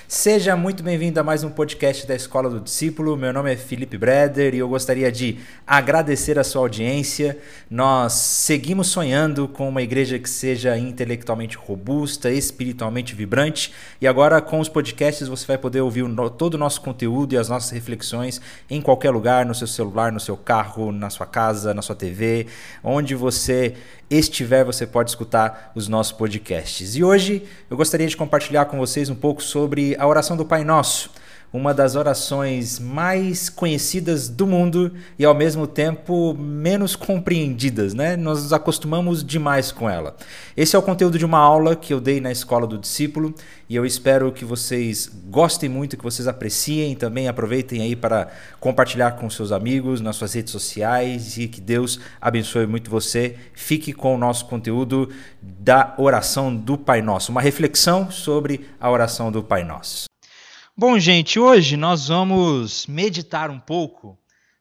Seja muito bem-vindo a mais um podcast da Escola do Discípulo. Meu nome é Felipe Breder e eu gostaria de agradecer a sua audiência. Nós seguimos sonhando com uma igreja que seja intelectualmente robusta, espiritualmente vibrante, e agora com os podcasts você vai poder ouvir todo o nosso conteúdo e as nossas reflexões em qualquer lugar, no seu celular, no seu carro, na sua casa, na sua TV, onde você estiver, você pode escutar os nossos podcasts. E hoje eu gostaria de compartilhar com vocês um pouco sobre a oração do Pai Nosso, uma das orações mais conhecidas do mundo e ao mesmo tempo menos compreendidas, né? Nós nos acostumamos demais com ela. Esse é o conteúdo de uma aula que eu dei na Escola do Discípulo e eu espero que vocês gostem muito, que vocês apreciem e também aproveitem aí para compartilhar com seus amigos nas suas redes sociais e que Deus abençoe muito você. Fique com o nosso conteúdo da oração do Pai Nosso, uma reflexão sobre a oração do Pai Nosso. Bom, gente, hoje nós vamos meditar um pouco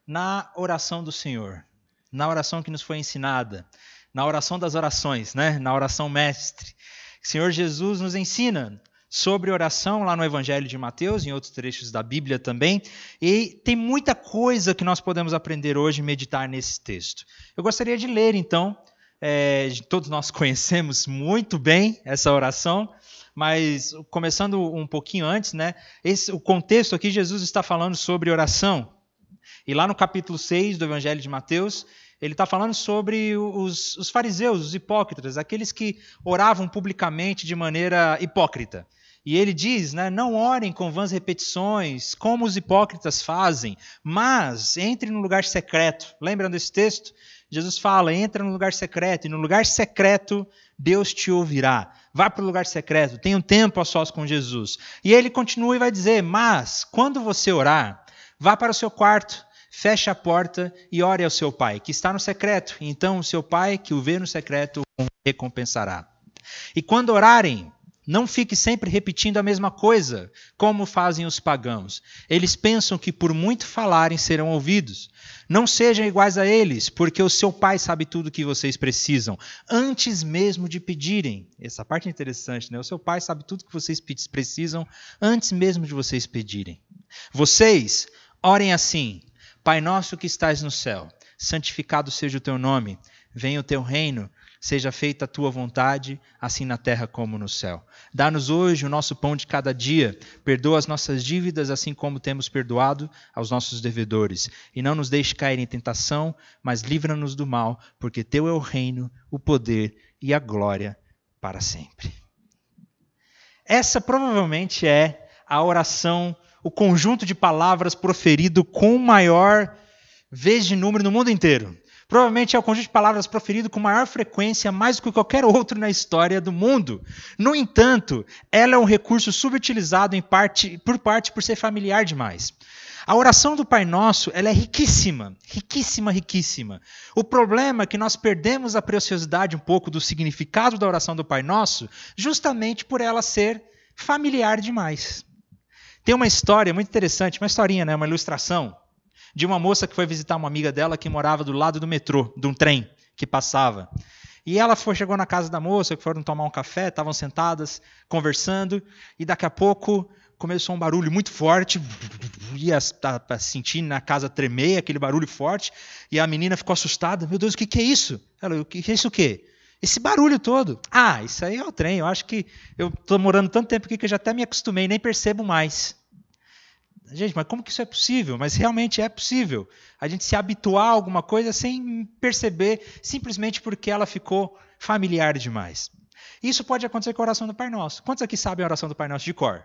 na oração do Senhor, na oração que nos foi ensinada, na oração das orações, né? Na oração mestre. O Senhor Jesus nos ensina sobre oração lá no Evangelho de Mateus, em outros trechos da Bíblia também, e tem muita coisa que nós podemos aprender hoje e meditar nesse texto. Eu gostaria de ler, então, todos nós conhecemos muito bem essa oração, mas começando um pouquinho antes, né? O contexto aqui, Jesus está falando sobre oração. E lá no capítulo 6 do Evangelho de Mateus, ele está falando sobre os fariseus, os hipócritas, aqueles que oravam publicamente de maneira hipócrita. E ele diz, né, não orem com vãs repetições, como os hipócritas fazem, mas entre no lugar secreto. Lembram desse texto? Jesus fala, entra no lugar secreto, e no lugar secreto Deus te ouvirá. Vá para o lugar secreto, tenha um tempo a sós com Jesus. E ele continua e vai dizer, mas quando você orar, vá para o seu quarto, feche a porta e ore ao seu pai, que está no secreto. Então o seu pai, que o vê no secreto, o recompensará. E quando orarem, não fique sempre repetindo a mesma coisa, como fazem os pagãos. Eles pensam que por muito falarem serão ouvidos. Não sejam iguais a eles, porque o seu pai sabe tudo o que vocês precisam, antes mesmo de pedirem. Essa parte é interessante, né? O seu pai sabe tudo o que vocês precisam, antes mesmo de vocês pedirem. Vocês orem assim, Pai nosso que estás no céu, santificado seja o teu nome, venha o teu reino, seja feita a tua vontade, assim na terra como no céu. Dá-nos hoje o nosso pão de cada dia. Perdoa as nossas dívidas, assim como temos perdoado aos nossos devedores. E não nos deixe cair em tentação, mas livra-nos do mal, porque teu é o reino, o poder e a glória para sempre. Essa provavelmente é a oração, o conjunto de palavras proferido com maior vez de número no mundo inteiro. Provavelmente é o conjunto de palavras proferido com maior frequência, mais do que qualquer outro na história do mundo. No entanto, ela é um recurso subutilizado por ser familiar demais. A oração do Pai Nosso, ela é riquíssima, riquíssima, riquíssima. O problema é que nós perdemos a preciosidade um pouco do significado da oração do Pai Nosso, justamente por ela ser familiar demais. Tem uma história muito interessante, uma historinha, né? Uma ilustração, de uma moça que foi visitar uma amiga dela que morava do lado do metrô, de um trem que passava. E ela chegou na casa da moça, que foram tomar um café, estavam sentadas, conversando, e daqui a pouco começou um barulho muito forte, ia sentir na casa tremer, aquele barulho forte, e a menina ficou assustada. Meu Deus, o que é isso? Ela, o que é isso o quê? Esse barulho todo. Ah, isso aí é o trem, eu acho que eu estou morando tanto tempo aqui que eu já até me acostumei, nem percebo mais. Gente, mas como que isso é possível? Mas realmente é possível. A gente se habituar a alguma coisa sem perceber, simplesmente porque ela ficou familiar demais. Isso pode acontecer com a oração do Pai Nosso. Quantos aqui sabem a oração do Pai Nosso de cor?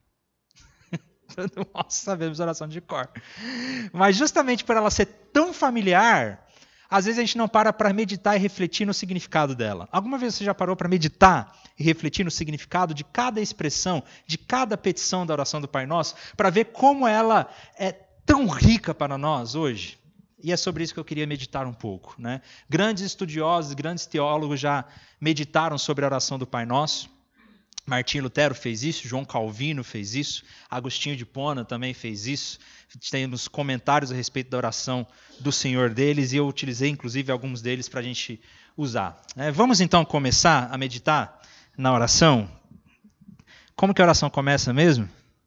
Todos nós sabemos a oração de cor. Mas justamente por ela ser tão familiar, às vezes a gente não para meditar e refletir no significado dela. Alguma vez você já parou para meditar e refletir no significado de cada expressão, de cada petição da oração do Pai Nosso, para ver como ela é tão rica para nós hoje? E é sobre isso que eu queria meditar um pouco, né? Grandes estudiosos, grandes teólogos já meditaram sobre a oração do Pai Nosso. Martinho Lutero fez isso, João Calvino fez isso, Agostinho de Hipona também fez isso. Temos comentários a respeito da oração do Senhor deles e eu utilizei inclusive alguns deles para a gente usar. Vamos então começar a meditar na oração? Como que a oração começa mesmo?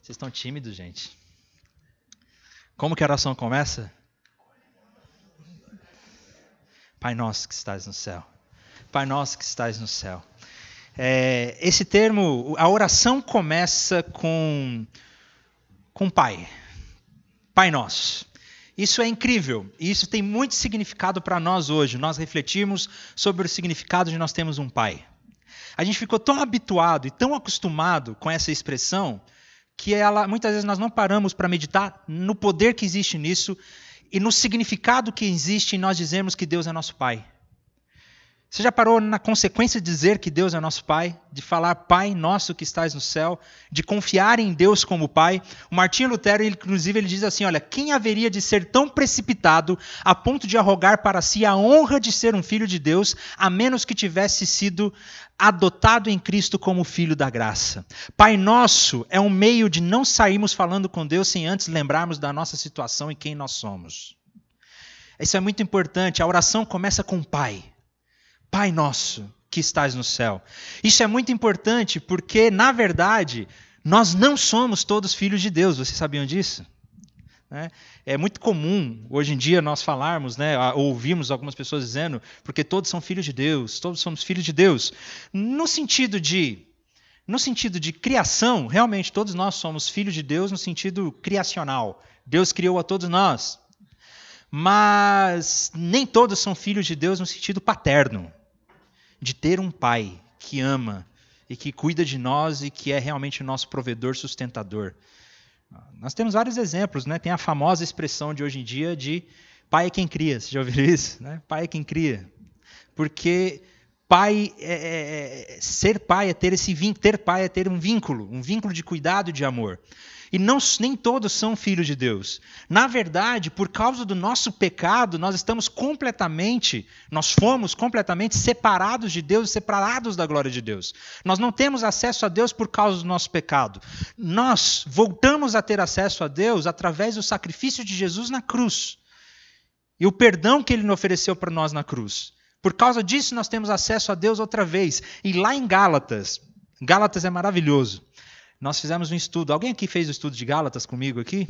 Vocês estão tímidos, gente? Como que a oração começa? Pai nosso que estás no céu. Pai nosso que estás no céu. Esse termo, a oração começa com Pai. Pai nosso. Isso é incrível. E isso tem muito significado para nós hoje. Nós refletimos sobre o significado de nós termos um Pai. A gente ficou tão habituado e tão acostumado com essa expressão que muitas vezes nós não paramos para meditar no poder que existe nisso e no significado que existe em nós dizermos que Deus é nosso Pai. Você já parou na consequência de dizer que Deus é nosso Pai? De falar Pai nosso que estás no céu? De confiar em Deus como Pai? O Martinho Lutero, inclusive, ele diz assim, olha, quem haveria de ser tão precipitado a ponto de arrogar para si a honra de ser um filho de Deus, a menos que tivesse sido adotado em Cristo como filho da graça? Pai nosso é um meio de não sairmos falando com Deus sem antes lembrarmos da nossa situação e quem nós somos. Isso é muito importante. A oração começa com Pai. Pai nosso que estás no céu. Isso é muito importante porque, na verdade, nós não somos todos filhos de Deus. Vocês sabiam disso? É muito comum, hoje em dia, nós falarmos, ouvimos algumas pessoas dizendo, porque todos são filhos de Deus, todos somos filhos de Deus. No sentido de criação, realmente, todos nós somos filhos de Deus no sentido criacional. Deus criou a todos nós. Mas nem todos são filhos de Deus no sentido paterno, de ter um pai que ama e que cuida de nós e que é realmente o nosso provedor sustentador. Nós temos vários exemplos, né? Tem a famosa expressão de hoje em dia de pai é quem cria. Você já ouviu isso? Né? Pai é quem cria. Porque pai ser pai é ter esse vínculo, ter pai é ter um vínculo de cuidado e de amor. E nem todos são filhos de Deus. Na verdade, por causa do nosso pecado, nós fomos completamente separados de Deus, separados da glória de Deus. Nós não temos acesso a Deus por causa do nosso pecado. Nós voltamos a ter acesso a Deus através do sacrifício de Jesus na cruz. E o perdão que Ele nos ofereceu para nós na cruz. Por causa disso, nós temos acesso a Deus outra vez. E lá em Gálatas é maravilhoso. Nós fizemos um estudo. Alguém aqui fez o estudo de Gálatas comigo aqui?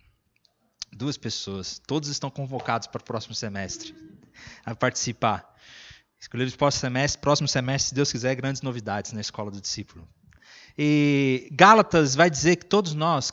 2 pessoas. Todos estão convocados para o próximo semestre a participar. Escolheram o próximo semestre, se Deus quiser, grandes novidades na Escola do Discípulo. E Gálatas vai dizer que todos nós...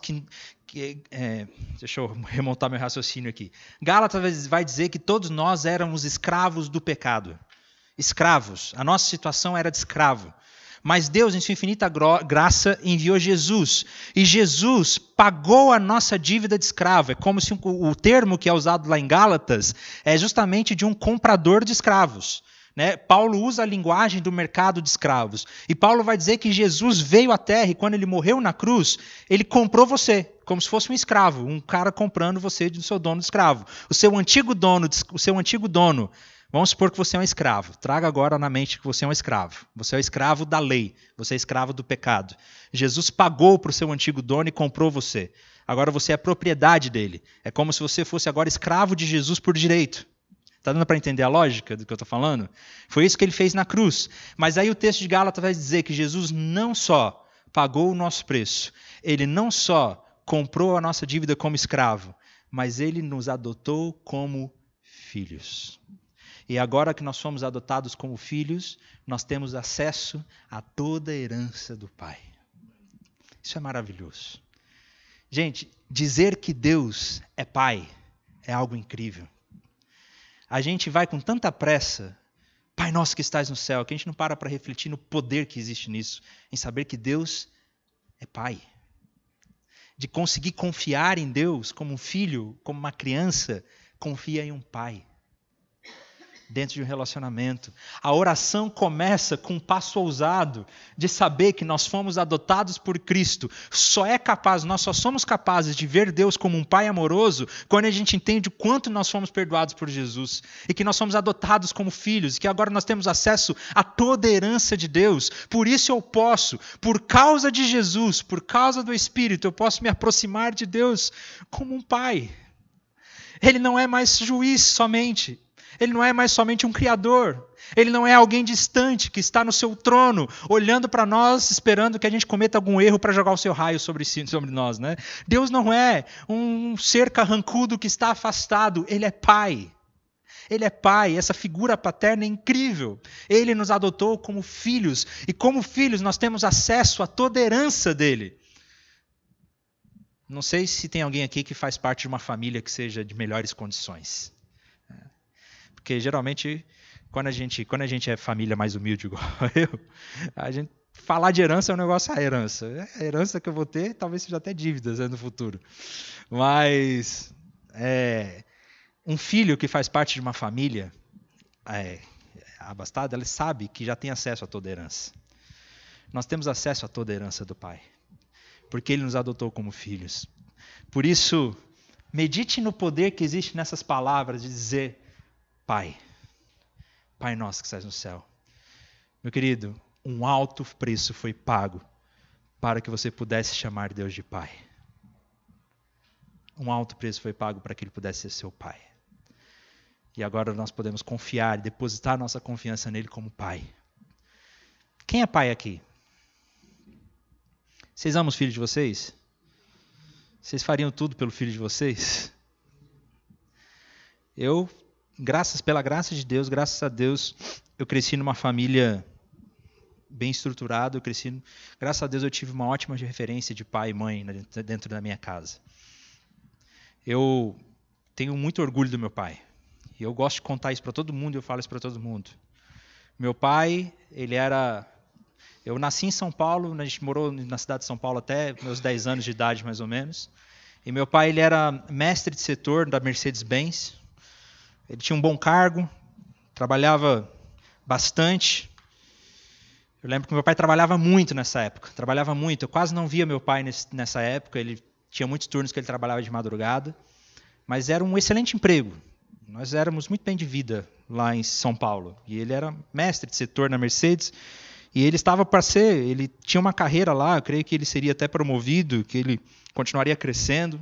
deixa eu remontar meu raciocínio aqui. Gálatas vai dizer que todos nós éramos escravos do pecado. Escravos. A nossa situação era de escravo. Mas Deus, em sua infinita graça, enviou Jesus. E Jesus pagou a nossa dívida de escravo. É como se o termo que é usado lá em Gálatas é justamente de um comprador de escravos. Paulo usa a linguagem do mercado de escravos. E Paulo vai dizer que Jesus veio à terra e quando ele morreu na cruz, ele comprou você, como se fosse um escravo. Um cara comprando você do seu dono de escravo. O seu antigo dono, vamos supor que você é um escravo. Traga agora na mente que você é um escravo. Você é o escravo da lei. Você é escravo do pecado. Jesus pagou para o seu antigo dono e comprou você. Agora você é propriedade dele. É como se você fosse agora escravo de Jesus por direito. Está dando para entender a lógica do que eu estou falando? Foi isso que ele fez na cruz. Mas aí o texto de Gálatas vai dizer que Jesus não só pagou o nosso preço, ele não só comprou a nossa dívida como escravo, mas ele nos adotou como filhos. E agora que nós fomos adotados como filhos, nós temos acesso a toda a herança do Pai. Isso é maravilhoso. Gente, dizer que Deus é Pai é algo incrível. A gente vai com tanta pressa, Pai nosso que estás no céu, que a gente não para refletir no poder que existe nisso, em saber que Deus é Pai. De conseguir confiar em Deus como um filho, como uma criança, confia em um pai. Dentro de um relacionamento. A oração começa com um passo ousado de saber que nós fomos adotados por Cristo. Nós só somos capazes de ver Deus como um pai amoroso quando a gente entende o quanto nós fomos perdoados por Jesus e que nós fomos adotados como filhos e que agora nós temos acesso a toda a herança de Deus. Por isso eu posso, por causa de Jesus, por causa do Espírito, eu posso me aproximar de Deus como um pai. Ele não é mais juiz somente. Ele não é mais somente um criador. Ele não é alguém distante que está no seu trono, olhando para nós, esperando que a gente cometa algum erro para jogar o seu raio sobre nós, né? Deus não é um ser carrancudo que está afastado. Ele é Pai. Ele é Pai. Essa figura paterna é incrível. Ele nos adotou como filhos. E como filhos nós temos acesso a toda a herança dele. Não sei se tem alguém aqui que faz parte de uma família que seja de melhores condições. Porque geralmente, quando a gente é família mais humilde igual eu, a gente falar de herança é um negócio, a herança que eu vou ter talvez seja até dívidas no futuro. Mas um filho que faz parte de uma família abastada, ele sabe que já tem acesso a toda a herança. Nós temos acesso a toda a herança do Pai, porque Ele nos adotou como filhos. Por isso, medite no poder que existe nessas palavras de dizer, Pai, Pai nosso que estás no céu. Meu querido, um alto preço foi pago para que você pudesse chamar Deus de Pai. Um alto preço foi pago para que Ele pudesse ser seu Pai. E agora nós podemos confiar e depositar nossa confiança nele como Pai. Quem é pai aqui? Vocês amam os filhos de vocês? Vocês fariam tudo pelo filho de vocês? Eu, pela graça de Deus, graças a Deus, eu cresci numa família bem estruturada. Graças a Deus eu tive uma ótima referência de pai e mãe dentro da minha casa. Eu tenho muito orgulho do meu pai. E eu gosto de contar isso para todo mundo e eu falo isso para todo mundo. Meu pai, eu nasci em São Paulo, a gente morou na cidade de São Paulo até meus 10 anos de idade, mais ou menos. E meu pai, ele era mestre de setor da Mercedes-Benz. Ele tinha um bom cargo, trabalhava bastante. Eu lembro que meu pai trabalhava muito nessa época. Trabalhava muito. Eu quase não via meu pai nessa época. Ele tinha muitos turnos que ele trabalhava de madrugada. Mas era um excelente emprego. Nós éramos muito bem de vida lá em São Paulo. E ele era mestre de setor na Mercedes. E ele ele tinha uma carreira lá, eu creio que ele seria até promovido, que ele continuaria crescendo.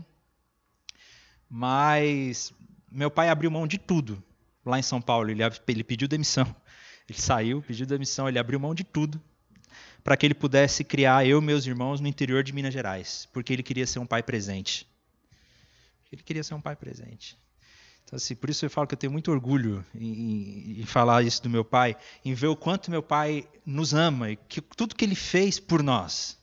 Mas meu pai abriu mão de tudo lá em São Paulo. Ele pediu demissão. Ele saiu, pediu demissão, ele abriu mão de tudo para que ele pudesse criar eu e meus irmãos no interior de Minas Gerais, porque ele queria ser um pai presente. Ele queria ser um pai presente. Então, assim, por isso eu falo que eu tenho muito orgulho em falar isso do meu pai, em ver o quanto meu pai nos ama e tudo que ele fez por nós.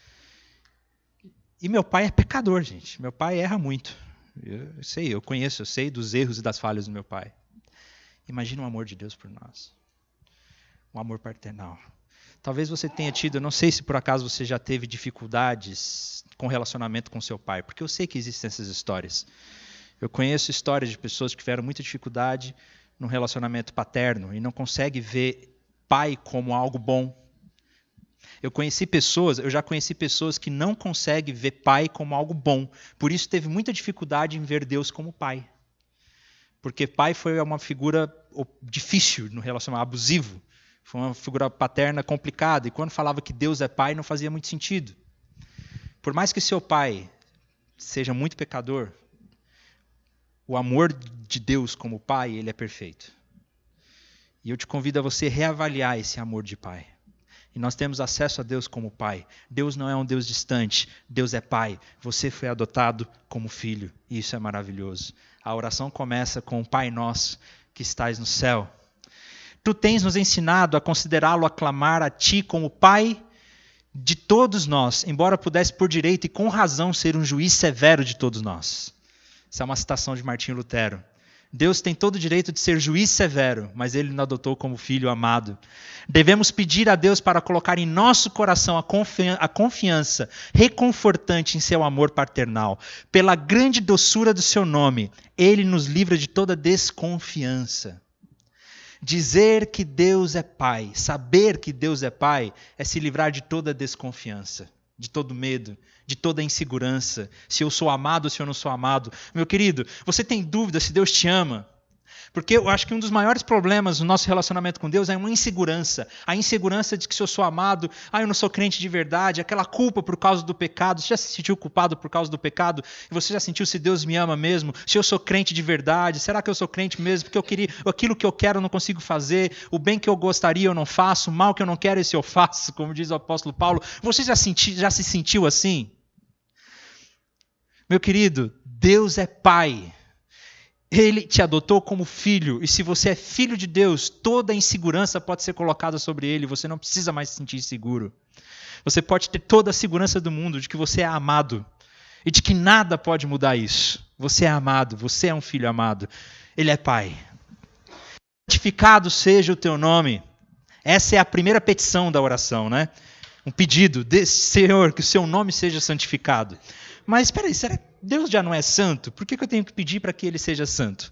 E meu pai é pecador, gente. Meu pai erra muito. Eu sei dos erros e das falhas do meu pai. Imagina o amor de Deus por nós. Um amor paternal. Talvez você tenha tido, eu não sei se por acaso você já teve dificuldades com relacionamento com seu pai, porque eu sei que existem essas histórias. Eu conheço histórias de pessoas que tiveram muita dificuldade no relacionamento paterno e não conseguem ver pai como algo bom. Eu já conheci pessoas que não conseguem ver pai como algo bom. Por isso teve muita dificuldade em ver Deus como pai. Porque pai foi uma figura difícil no relacionamento, abusivo. Foi uma figura paterna complicada. E quando falava que Deus é pai, não fazia muito sentido. Por mais que seu pai seja muito pecador, o amor de Deus como pai, ele é perfeito. E eu te convido a você reavaliar esse amor de pai. E nós temos acesso a Deus como pai. Deus não é um Deus distante. Deus é pai. Você foi adotado como filho. E isso é maravilhoso. A oração começa com o Pai Nosso que estás no céu. Tu tens nos ensinado a considerá-lo, a clamar a ti como pai de todos nós, embora pudesse por direito e com razão ser um juiz severo de todos nós. Essa é uma citação de Martinho Lutero. Deus tem todo o direito de ser juiz severo, mas ele nos adotou como filho amado. Devemos pedir a Deus para colocar em nosso coração a confiança reconfortante em seu amor paternal. Pela grande doçura do seu nome, ele nos livra de toda desconfiança. Dizer que Deus é pai, saber que Deus é pai, é se livrar de toda desconfiança, de todo medo, de toda insegurança, se eu sou amado ou se eu não sou amado. Meu querido, você tem dúvida se Deus te ama? Porque eu acho que um dos maiores problemas no nosso relacionamento com Deus é uma insegurança. A insegurança de que se eu sou amado, eu não sou crente de verdade, aquela culpa por causa do pecado. Você já se sentiu culpado por causa do pecado? E você já sentiu se Deus me ama mesmo? Se eu sou crente de verdade? Será que eu sou crente mesmo? Porque eu queria, aquilo que eu quero eu não consigo fazer, o bem que eu gostaria eu não faço, o mal que eu não quero esse eu faço, como diz o apóstolo Paulo. Você já se sentiu assim? Meu querido, Deus é Pai. Ele te adotou como filho, e se você é filho de Deus, toda a insegurança pode ser colocada sobre ele, você não precisa mais se sentir seguro. Você pode ter toda a segurança do mundo de que você é amado, e de que nada pode mudar isso. Você é amado, você é um filho amado, ele é Pai. Santificado seja o teu nome. Essa é a primeira petição da oração, né? Um pedido, Senhor, que o seu nome seja santificado. Mas espera aí, será que Deus já não é santo? Por que eu tenho que pedir para que ele seja santo?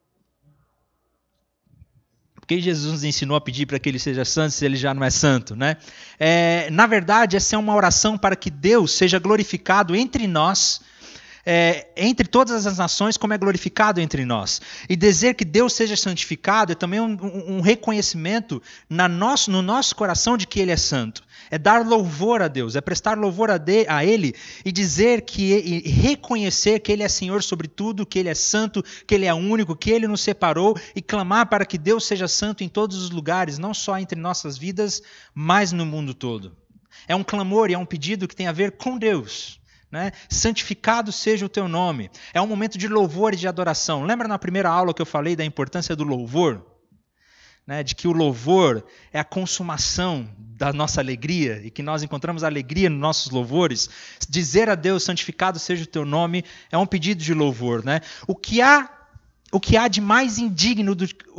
Por que Jesus nos ensinou a pedir para que ele seja santo se ele já não é santo, né? Na verdade, essa é uma oração para que Deus seja glorificado entre nós, entre todas as nações, como é glorificado entre nós. E dizer que Deus seja santificado é também um reconhecimento no nosso coração de que ele é santo. É dar louvor a Deus, é prestar louvor a Ele e dizer e reconhecer que Ele é Senhor sobre tudo, que Ele é santo, que Ele é único, que Ele nos separou e clamar para que Deus seja santo em todos os lugares, não só entre nossas vidas, mas no mundo todo. É um clamor e é um pedido que tem a ver com Deus. Né? Santificado seja o teu nome. É um momento de louvor e de adoração. Lembra na primeira aula que eu falei da importância do louvor? Né, de que o louvor é a consumação da nossa alegria e que nós encontramos alegria nos nossos louvores. Dizer a Deus, santificado seja o teu nome, é um pedido de louvor. Né? O que há de mais indigno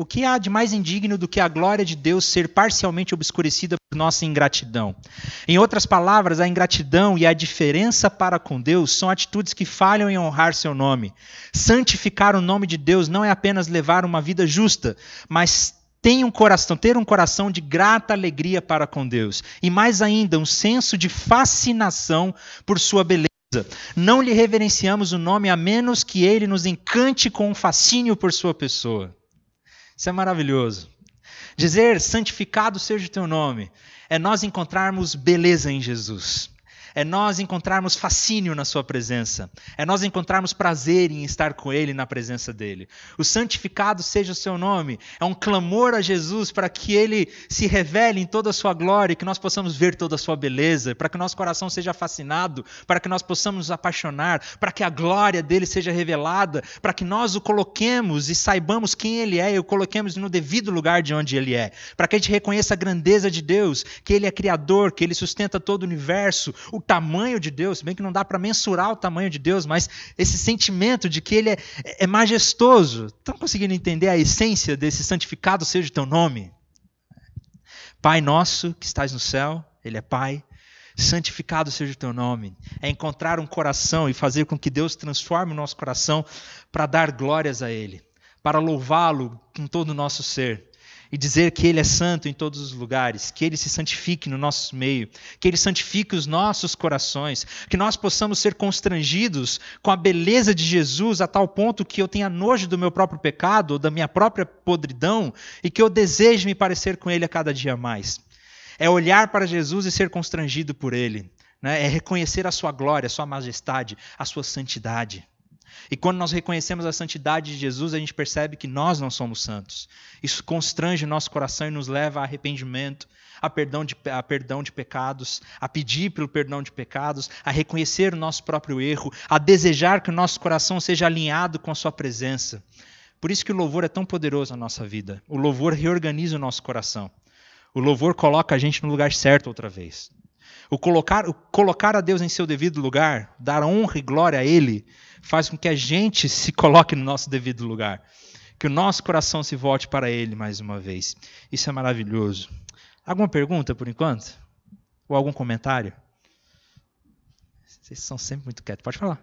do que a glória de Deus ser parcialmente obscurecida por nossa ingratidão? Em outras palavras, a ingratidão e a diferença para com Deus são atitudes que falham em honrar seu nome. Santificar o nome de Deus não é apenas levar uma vida justa, mas ter um coração de grata alegria para com Deus. E mais ainda, um senso de fascinação por sua beleza. Não lhe reverenciamos o nome a menos que ele nos encante com um fascínio por sua pessoa. Isso é maravilhoso. Dizer santificado seja o teu nome é nós encontrarmos beleza em Jesus. É nós encontrarmos fascínio na sua presença. É nós encontrarmos prazer em estar com ele na presença dele. O santificado seja o seu nome. É um clamor a Jesus para que ele se revele em toda a sua glória, que nós possamos ver toda a sua beleza, para que o nosso coração seja fascinado, para que nós possamos nos apaixonar, para que a glória dele seja revelada, para que nós o coloquemos e saibamos quem ele é e o coloquemos no devido lugar de onde ele é. Para que a gente reconheça a grandeza de Deus, que ele é criador, que ele sustenta todo o universo, o tamanho de Deus, se bem que não dá para mensurar o tamanho de Deus, mas esse sentimento de que ele é majestoso. Estão conseguindo entender a essência desse santificado seja o teu nome? Pai nosso que estás no céu, ele é Pai, santificado seja o teu nome. É encontrar um coração e fazer com que Deus transforme o nosso coração para dar glórias a ele, para louvá-lo com todo o nosso ser. E dizer que ele é santo em todos os lugares, que ele se santifique no nosso meio, que ele santifique os nossos corações, que nós possamos ser constrangidos com a beleza de Jesus a tal ponto que eu tenha nojo do meu próprio pecado ou da minha própria podridão e que eu deseje me parecer com ele a cada dia mais. É olhar para Jesus e ser constrangido por ele, né? É reconhecer a sua glória, a sua majestade, a sua santidade. E quando nós reconhecemos a santidade de Jesus, a gente percebe que nós não somos santos. Isso constrange o nosso coração e nos leva a arrependimento, a perdão de pecados, a pedir pelo perdão de pecados, a reconhecer o nosso próprio erro, a desejar que o nosso coração seja alinhado com a sua presença. Por isso que o louvor é tão poderoso na nossa vida. O louvor reorganiza o nosso coração. O louvor coloca a gente no lugar certo outra vez. O colocar a Deus em seu devido lugar, dar honra e glória a Ele, faz com que a gente se coloque no nosso devido lugar. Que o nosso coração se volte para Ele mais uma vez. Isso é maravilhoso. Alguma pergunta por enquanto? Ou algum comentário? Vocês são sempre muito quietos. Pode falar.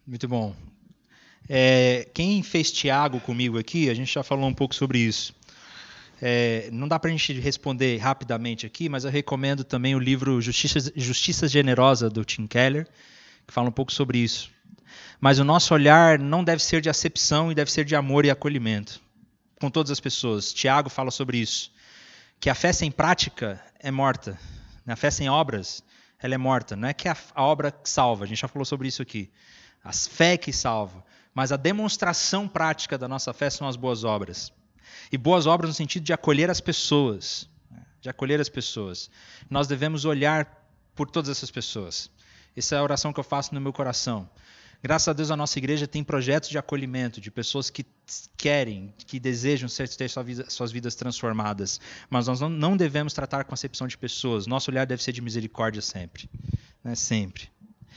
Muito bom. Quem fez Tiago comigo aqui, a gente já falou um pouco sobre isso. Não dá para a gente responder rapidamente aqui, mas eu recomendo também o livro Justiça Generosa, do Tim Keller, que fala um pouco sobre isso. Mas o nosso olhar não deve ser de acepção e deve ser de amor e acolhimento com todas as pessoas. Tiago fala sobre isso, que a fé sem prática é morta. A fé sem obras, ela é morta. Não é que a obra salva, a gente já falou sobre isso aqui. A fé que salva. Mas a demonstração prática da nossa fé são as boas obras. E boas obras no sentido de acolher as pessoas. De acolher as pessoas. Nós devemos olhar por todas essas pessoas. Essa é a oração que eu faço no meu coração. Graças a Deus a nossa igreja tem projetos de acolhimento, de pessoas que querem, que desejam ter suas vidas transformadas. Mas nós não devemos tratar com acepção de pessoas. Nosso olhar deve ser de misericórdia sempre. Né? Sempre.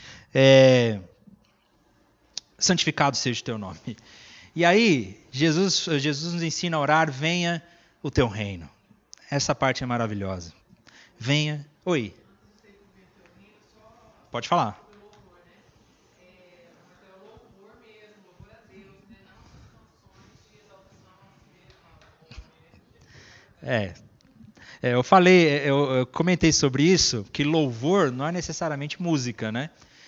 Santificado seja o teu nome. E aí, Jesus nos ensina a orar, venha o teu reino. Essa parte é maravilhosa. Venha. Oi. Pode falar. Eu comentei sobre isso, que louvor não é necessariamente música, né?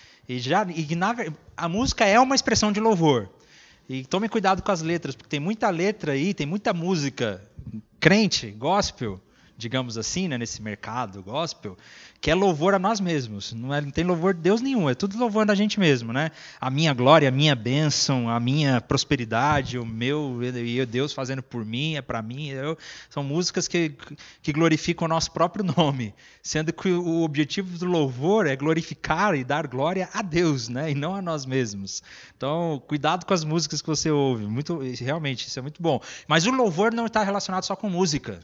A música é uma expressão de louvor. E tome cuidado com as letras, porque tem muita letra aí, tem muita música crente, gospel, digamos assim, né, nesse mercado gospel, que é louvor a nós mesmos. Não tem louvor de Deus nenhum, é tudo louvor da gente mesmo, né? A minha glória, a minha bênção, a minha prosperidade, o meu Deus fazendo por mim, é para mim. São músicas que glorificam o nosso próprio nome, sendo que o objetivo do louvor é glorificar e dar glória a Deus, né? E não a nós mesmos. Então, cuidado com as músicas que você ouve. Realmente, isso é muito bom. Mas o louvor não está relacionado só com música.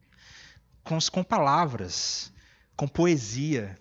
Com palavras, com poesia,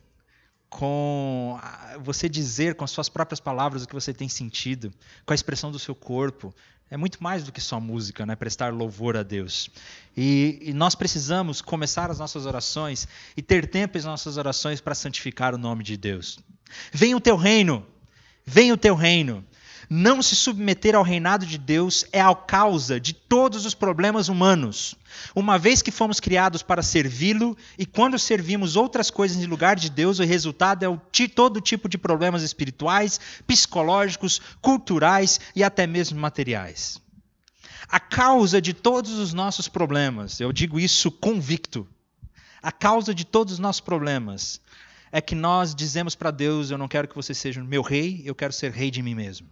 com você dizer com as suas próprias palavras o que você tem sentido, com a expressão do seu corpo. É muito mais do que só música, né? Prestar louvor a Deus. E nós precisamos começar as nossas orações e ter tempo nas nossas orações para santificar o nome de Deus. Venha o teu reino, venha o teu reino. Não se submeter ao reinado de Deus é a causa de todos os problemas humanos. Uma vez que fomos criados para servi-lo, e quando servimos outras coisas em lugar de Deus, o resultado é todo tipo de problemas espirituais, psicológicos, culturais e até mesmo materiais. A causa de todos os nossos problemas, eu digo isso convicto, a causa de todos os nossos problemas é que nós dizemos para Deus, eu não quero que você seja o meu rei, eu quero ser rei de mim mesmo.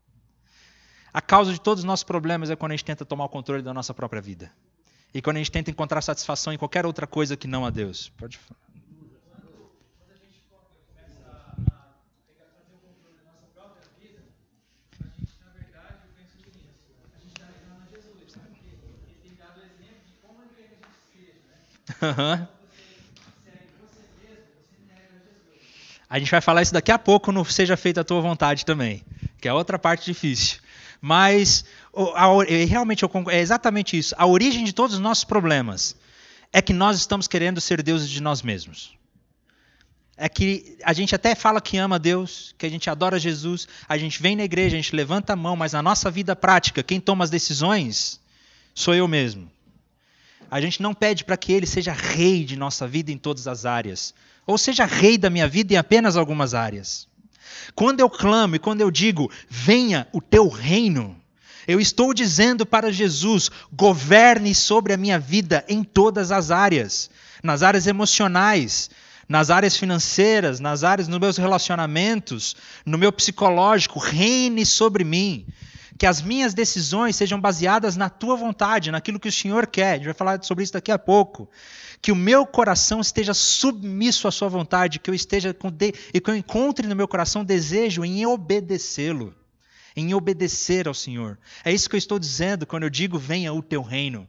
A causa de todos os nossos problemas é quando a gente tenta tomar o controle da nossa própria vida. E quando a gente tenta encontrar satisfação em qualquer outra coisa que não a Deus. Pode falar. Quando a gente começa a trazer o controle da nossa própria vida, a gente, na verdade, eu penso nisso. A gente está levando a Jesus, né? Porque ele tem dado o exemplo de como ele quer que a gente seja, né? Você segue você mesmo, você nega Jesus. A gente vai falar isso daqui a pouco no Seja Feita a Tua Vontade também, que é outra parte difícil. Mas realmente é exatamente isso. A origem de todos os nossos problemas é que nós estamos querendo ser deuses de nós mesmos. É que a gente até fala que ama Deus, que a gente adora Jesus, a gente vem na igreja, a gente levanta a mão, mas na nossa vida prática, quem toma as decisões sou eu mesmo. A gente não pede para que Ele seja rei de nossa vida em todas as áreas, ou seja rei da minha vida em apenas algumas áreas. Quando eu clamo e quando eu digo, venha o teu reino, eu estou dizendo para Jesus, governe sobre a minha vida em todas as áreas. Nas áreas emocionais, nas áreas financeiras, nas áreas dos meus relacionamentos, no meu psicológico, reine sobre mim. Que as minhas decisões sejam baseadas na tua vontade, naquilo que o Senhor quer. A gente vai falar sobre isso daqui a pouco. Que o meu coração esteja submisso à sua vontade, que eu encontre no meu coração desejo em obedecê-lo, em obedecer ao Senhor. É isso que eu estou dizendo quando eu digo venha o teu reino.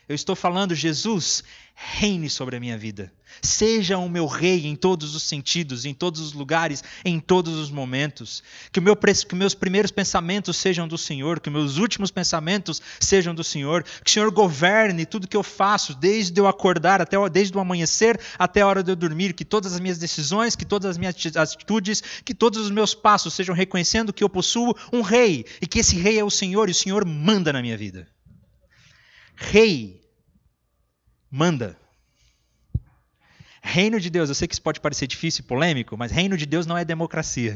Eu estou falando, Jesus, reine sobre a minha vida. Seja o meu rei em todos os sentidos, em todos os lugares, em todos os momentos. Que meus primeiros pensamentos sejam do Senhor, que meus últimos pensamentos sejam do Senhor. Que o Senhor governe tudo que eu faço, desde eu acordar, desde o amanhecer até a hora de eu dormir. Que todas as minhas decisões, que todas as minhas atitudes, que todos os meus passos sejam reconhecendo que eu possuo um rei. E que esse rei é o Senhor e o Senhor manda na minha vida. Rei manda. Reino de Deus, eu sei que isso pode parecer difícil e polêmico, mas reino de Deus não é democracia.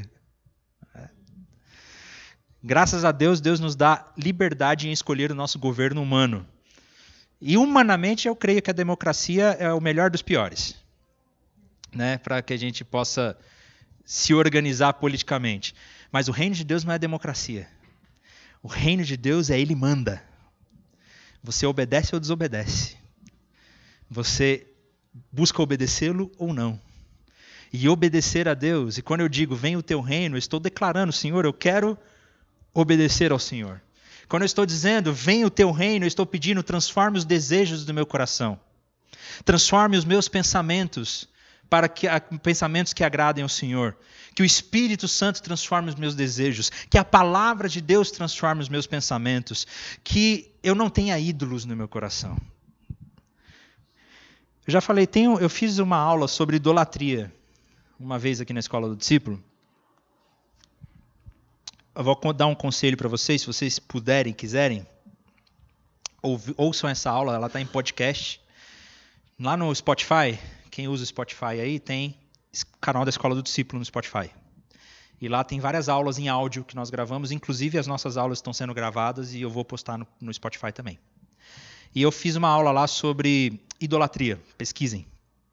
Graças a Deus, Deus nos dá liberdade em escolher o nosso governo humano. E humanamente eu creio que a democracia é o melhor dos piores, né? Para que a gente possa se organizar politicamente. Mas o reino de Deus não é democracia. O reino de Deus é Ele manda. Você obedece ou desobedece. Você busca obedecê-lo ou não. E obedecer a Deus, e quando eu digo, venha o teu reino, eu estou declarando, Senhor, eu quero obedecer ao Senhor. Quando eu estou dizendo, venha o teu reino, eu estou pedindo, transforme os desejos do meu coração. Transforme os meus pensamentos para pensamentos que agradem ao Senhor. Que o Espírito Santo transforme os meus desejos. Que a palavra de Deus transforme os meus pensamentos. Que eu não tenha ídolos no meu coração. Eu já falei, eu fiz uma aula sobre idolatria uma vez aqui na Escola do Discípulo. Eu vou dar um conselho para vocês, se vocês puderem, quiserem, ouçam essa aula, ela está em podcast. Lá no Spotify, quem usa o Spotify aí, tem o canal da Escola do Discípulo no Spotify. E lá tem várias aulas em áudio que nós gravamos, inclusive as nossas aulas estão sendo gravadas e eu vou postar no Spotify também. E eu fiz uma aula lá sobre idolatria, pesquisem.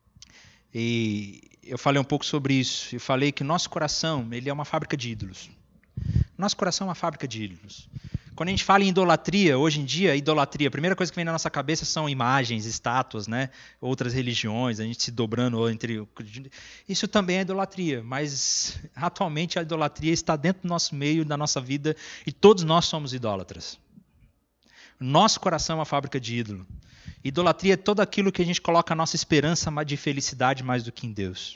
E eu falei um pouco sobre isso. Eu falei que o nosso coração, ele é uma fábrica de ídolos. Nosso coração é uma fábrica de ídolos. Quando a gente fala em idolatria, hoje em dia, idolatria, a primeira coisa que vem na nossa cabeça são imagens, estátuas, né? Outras religiões, a gente se dobrando entre... Isso também é idolatria, mas atualmente a idolatria está dentro do nosso meio, da nossa vida, e todos nós somos idólatras. Nosso coração é uma fábrica de ídolo. Idolatria é tudo aquilo que a gente coloca a nossa esperança de felicidade mais do que em Deus.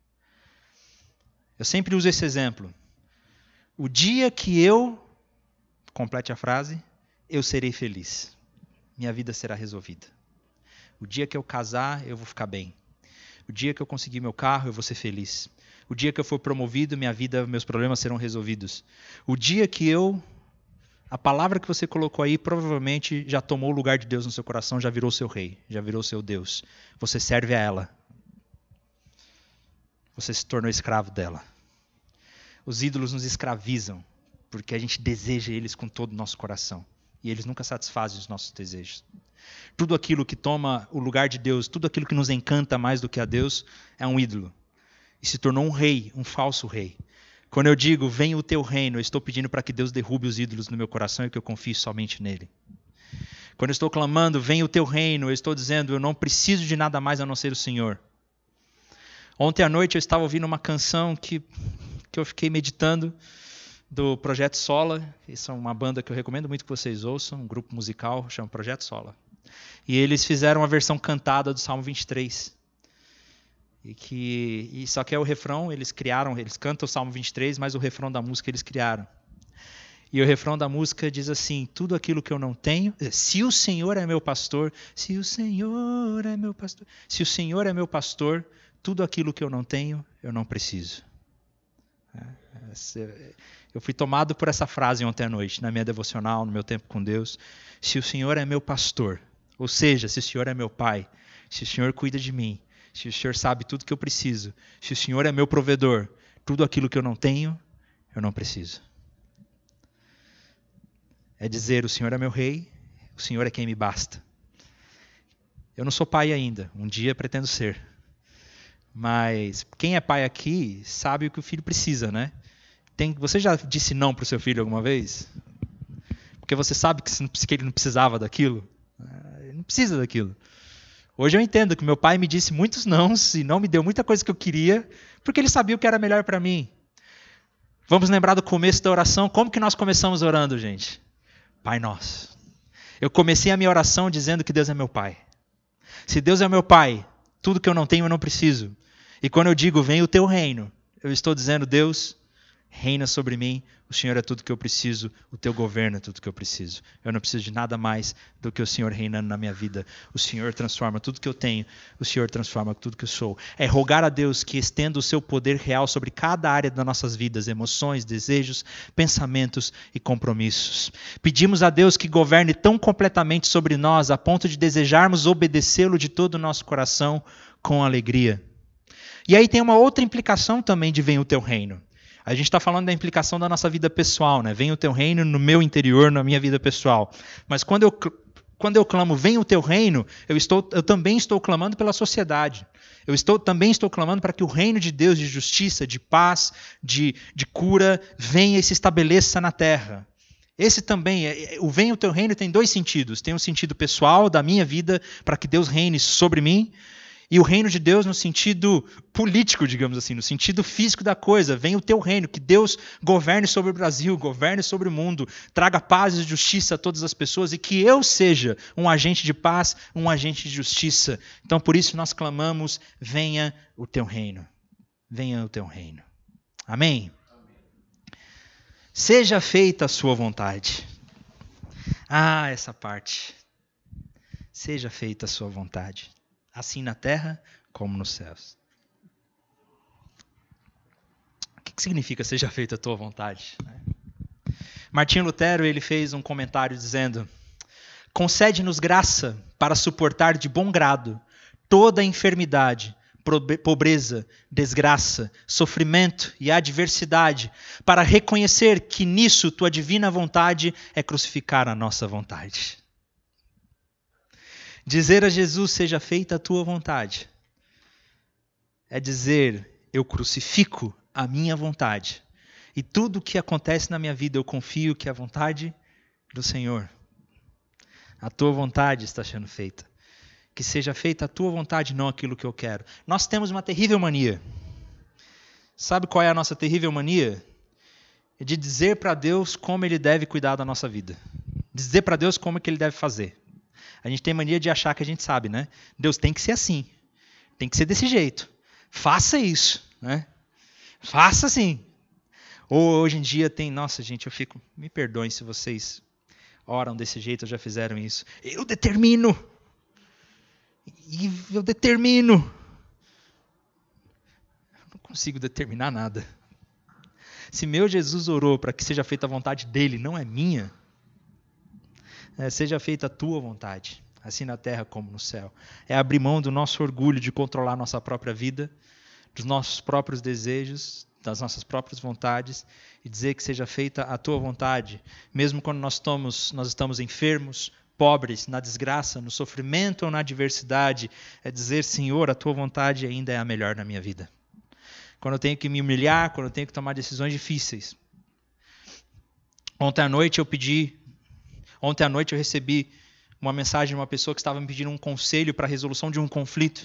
Eu sempre uso esse exemplo. O dia que eu, complete a frase, eu serei feliz. Minha vida será resolvida. O dia que eu casar, eu vou ficar bem. O dia que eu conseguir meu carro, eu vou ser feliz. O dia que eu for promovido, minha vida, meus problemas serão resolvidos. O dia que a palavra que você colocou aí provavelmente já tomou o lugar de Deus no seu coração, já virou seu rei, já virou seu Deus. Você serve a ela. Você se tornou escravo dela. Os ídolos nos escravizam, porque a gente deseja eles com todo o nosso coração. E eles nunca satisfazem os nossos desejos. Tudo aquilo que toma o lugar de Deus, tudo aquilo que nos encanta mais do que a Deus, é um ídolo. E se tornou um rei, um falso rei. Quando eu digo, venha o teu reino, eu estou pedindo para que Deus derrube os ídolos no meu coração e que eu confie somente nele. Quando eu estou clamando, venha o teu reino, eu estou dizendo, eu não preciso de nada mais a não ser o Senhor. Ontem à noite eu estava ouvindo uma canção que eu fiquei meditando, do Projeto Sola. Essa é uma banda que eu recomendo muito que vocês ouçam, um grupo musical, chama Projeto Sola. E eles fizeram uma versão cantada do Salmo 23. Só que é o refrão, eles cantam o Salmo 23, mas o refrão da música eles criaram. E o refrão da música diz assim, tudo aquilo que eu não tenho, se o Senhor é meu pastor, se o Senhor é meu pastor, se o Senhor é meu pastor, tudo aquilo que eu não tenho, eu não preciso. Eu fui tomado por essa frase ontem à noite, na minha devocional, no meu tempo com Deus. Se o Senhor é meu pastor, ou seja, se o Senhor é meu pai, se o Senhor cuida de mim, se o Senhor sabe tudo que eu preciso, se o Senhor é meu provedor, tudo aquilo que eu não tenho, eu não preciso. É dizer, o Senhor é meu rei, o Senhor é quem me basta. Eu não sou pai ainda, um dia pretendo ser. Mas quem é pai aqui sabe o que o filho precisa, né? Você já disse não para o seu filho alguma vez? Porque você sabe que ele não precisava daquilo? Ele não precisa daquilo. Hoje eu entendo que meu pai me disse muitos nãos e não me deu muita coisa que eu queria, porque ele sabia o que era melhor para mim. Vamos lembrar do começo da oração. Como que nós começamos orando, gente? Pai nosso. Eu comecei a minha oração dizendo que Deus é meu Pai. Se Deus é meu Pai, tudo que eu não tenho eu não preciso. E quando eu digo, venha o teu reino, eu estou dizendo, Deus, reina sobre mim, o Senhor é tudo que eu preciso, o teu governo é tudo que eu preciso. Eu não preciso de nada mais do que o Senhor reinando na minha vida. O Senhor transforma tudo que eu tenho, o Senhor transforma tudo que eu sou. É rogar a Deus que estenda o seu poder real sobre cada área das nossas vidas, emoções, desejos, pensamentos e compromissos. Pedimos a Deus que governe tão completamente sobre nós a ponto de desejarmos obedecê-lo de todo o nosso coração com alegria. E aí tem uma outra implicação também de venha o teu reino. A gente está falando da implicação da nossa vida pessoal, né? Venha o teu reino no meu interior, na minha vida pessoal. Mas quando eu clamo, venha o teu reino, eu também estou clamando pela sociedade. Também estou clamando para que o reino de Deus, de justiça, de paz, de cura, venha e se estabeleça na terra. Esse também, o venha o teu reino tem dois sentidos. Tem um sentido pessoal da minha vida, para que Deus reine sobre mim. E o reino de Deus no sentido político, digamos assim, no sentido físico da coisa. Venha o teu reino, que Deus governe sobre o Brasil, governe sobre o mundo, traga paz e justiça a todas as pessoas e que eu seja um agente de paz, um agente de justiça. Então, por isso nós clamamos, venha o teu reino. Venha o teu reino. Amém? Seja feita a sua vontade. Ah, essa parte. Seja feita a sua vontade. Assim na terra como nos céus. O que significa seja feita a tua vontade? Martinho Lutero ele fez um comentário dizendo: concede-nos graça para suportar de bom grado toda a enfermidade, pobreza, desgraça, sofrimento e adversidade, para reconhecer que nisso tua divina vontade é crucificar a nossa vontade. Dizer a Jesus, seja feita a tua vontade, é dizer, eu crucifico a minha vontade. E tudo o que acontece na minha vida, eu confio que é a vontade do Senhor. A tua vontade está sendo feita. Que seja feita a tua vontade, não aquilo que eu quero. Nós temos uma terrível mania. Sabe qual é a nossa terrível mania? É de dizer para Deus como Ele deve cuidar da nossa vida. Dizer para Deus como é que Ele deve fazer. A gente tem mania de achar que a gente sabe, né? Deus tem que ser assim. Tem que ser desse jeito. Faça isso, né? Faça assim. Ou hoje em dia tem... Nossa, gente, eu fico... Me perdoem se vocês oram desse jeito ou já fizeram isso. Eu determino. E eu determino. Eu não consigo determinar nada. Se meu Jesus orou para que seja feita a vontade dele, não é minha... seja feita a tua vontade, assim na terra como no céu. É abrir mão do nosso orgulho de controlar nossa própria vida, dos nossos próprios desejos, das nossas próprias vontades, e dizer que seja feita a tua vontade, mesmo quando nós estamos enfermos, pobres, na desgraça, no sofrimento ou na adversidade, é dizer, Senhor, a tua vontade ainda é a melhor na minha vida. Quando eu tenho que me humilhar, quando eu tenho que tomar decisões difíceis. Ontem à noite eu recebi uma mensagem de uma pessoa que estava me pedindo um conselho para a resolução de um conflito.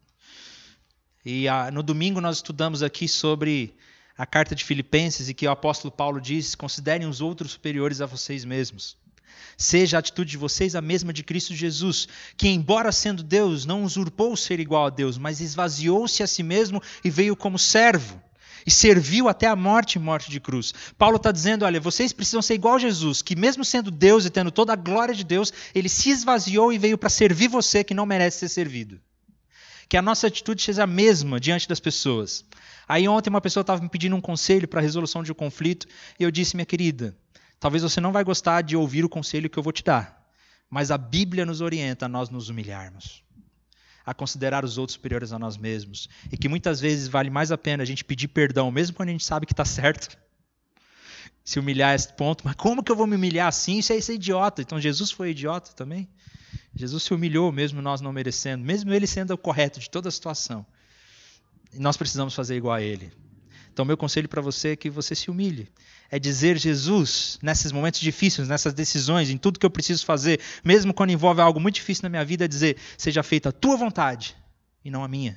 E no domingo nós estudamos aqui sobre a carta de Filipenses e que o apóstolo Paulo diz, considerem os outros superiores a vocês mesmos. Seja a atitude de vocês a mesma de Cristo Jesus, que embora sendo Deus, não usurpou o ser igual a Deus, mas esvaziou-se a si mesmo e veio como servo. E serviu até a morte de cruz. Paulo está dizendo, olha, vocês precisam ser igual a Jesus, que mesmo sendo Deus e tendo toda a glória de Deus, ele se esvaziou e veio para servir você que não merece ser servido. Que a nossa atitude seja a mesma diante das pessoas. Aí ontem uma pessoa estava me pedindo um conselho para a resolução de um conflito, e eu disse, minha querida, talvez você não vai gostar de ouvir o conselho que eu vou te dar, mas a Bíblia nos orienta a nós nos humilharmos, a considerar os outros superiores a nós mesmos. E que muitas vezes vale mais a pena a gente pedir perdão, mesmo quando a gente sabe que está certo. Se humilhar a esse ponto. Mas como que eu vou me humilhar assim? Isso é idiota. Então Jesus foi idiota também? Jesus se humilhou mesmo nós não merecendo. Mesmo ele sendo o correto de toda a situação. E nós precisamos fazer igual a ele. Então meu conselho para você é que você se humilhe. É dizer, Jesus, nesses momentos difíceis, nessas decisões, em tudo que eu preciso fazer, mesmo quando envolve algo muito difícil na minha vida, é dizer, seja feita a tua vontade e não a minha.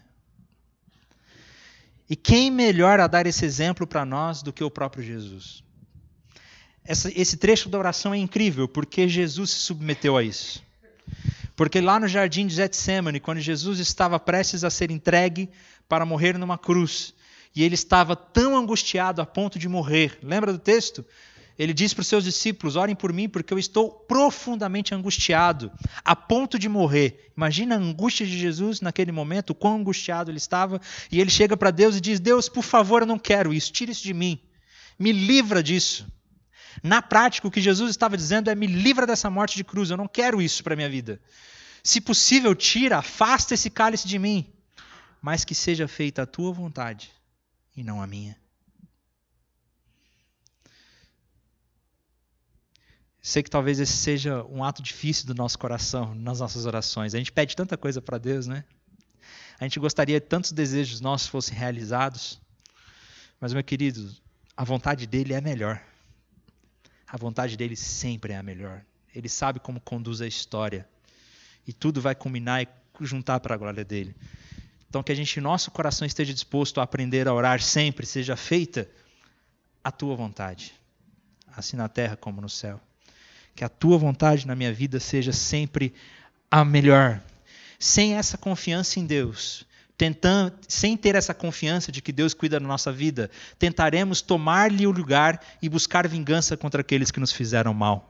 E quem melhor a dar esse exemplo para nós do que o próprio Jesus? Esse trecho da oração é incrível, porque Jesus se submeteu a isso. Porque lá no jardim de Getsêmani, quando Jesus estava prestes a ser entregue para morrer numa cruz, e ele estava tão angustiado a ponto de morrer, lembra do texto? Ele disse para os seus discípulos, orem por mim, porque eu estou profundamente angustiado, a ponto de morrer. Imagina a angústia de Jesus naquele momento, o quão angustiado ele estava, e ele chega para Deus e diz, Deus, por favor, eu não quero isso, tira isso de mim, me livra disso. Na prática, o que Jesus estava dizendo é, me livra dessa morte de cruz, eu não quero isso para a minha vida. Se possível, tira, afasta esse cálice de mim, mas que seja feita a tua vontade e não a minha. Sei que talvez esse seja um ato difícil do nosso coração, nas nossas orações. A gente pede tanta coisa para Deus, né? A gente gostaria que tantos desejos nossos fossem realizados. Mas, meu querido, a vontade dele é melhor. A vontade dele sempre é a melhor. Ele sabe como conduz a história. E tudo vai culminar e juntar para a glória dele. Então, que a gente, nosso coração esteja disposto a aprender a orar sempre, seja feita a tua vontade, assim na terra como no céu. Que a tua vontade na minha vida seja sempre a melhor. Sem essa confiança em Deus, sem ter essa confiança de que Deus cuida da nossa vida, tentaremos tomar-lhe o lugar e buscar vingança contra aqueles que nos fizeram mal.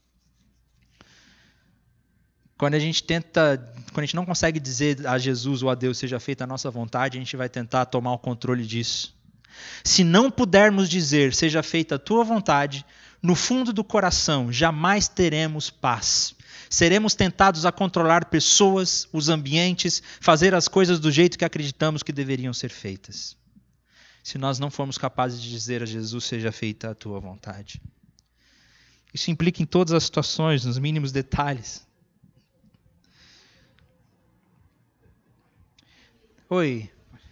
Quando a gente não consegue dizer a Jesus ou a Deus seja feita a nossa vontade, a gente vai tentar tomar o controle disso. Se não pudermos dizer seja feita a tua vontade, no fundo do coração jamais teremos paz. Seremos tentados a controlar pessoas, os ambientes, fazer as coisas do jeito que acreditamos que deveriam ser feitas. Se nós não formos capazes de dizer a Jesus seja feita a tua vontade. Isso implica em todas as situações, nos mínimos detalhes. Oi.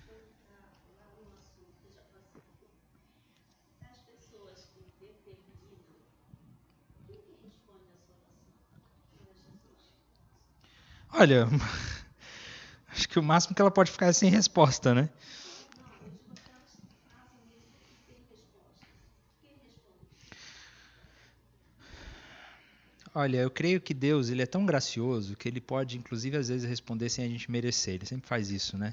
Olha, acho que o máximo que ela pode ficar é sem resposta, né? Olha, eu creio que Deus ele é tão gracioso que ele pode, inclusive, às vezes responder sem a gente merecer. Ele sempre faz isso, né?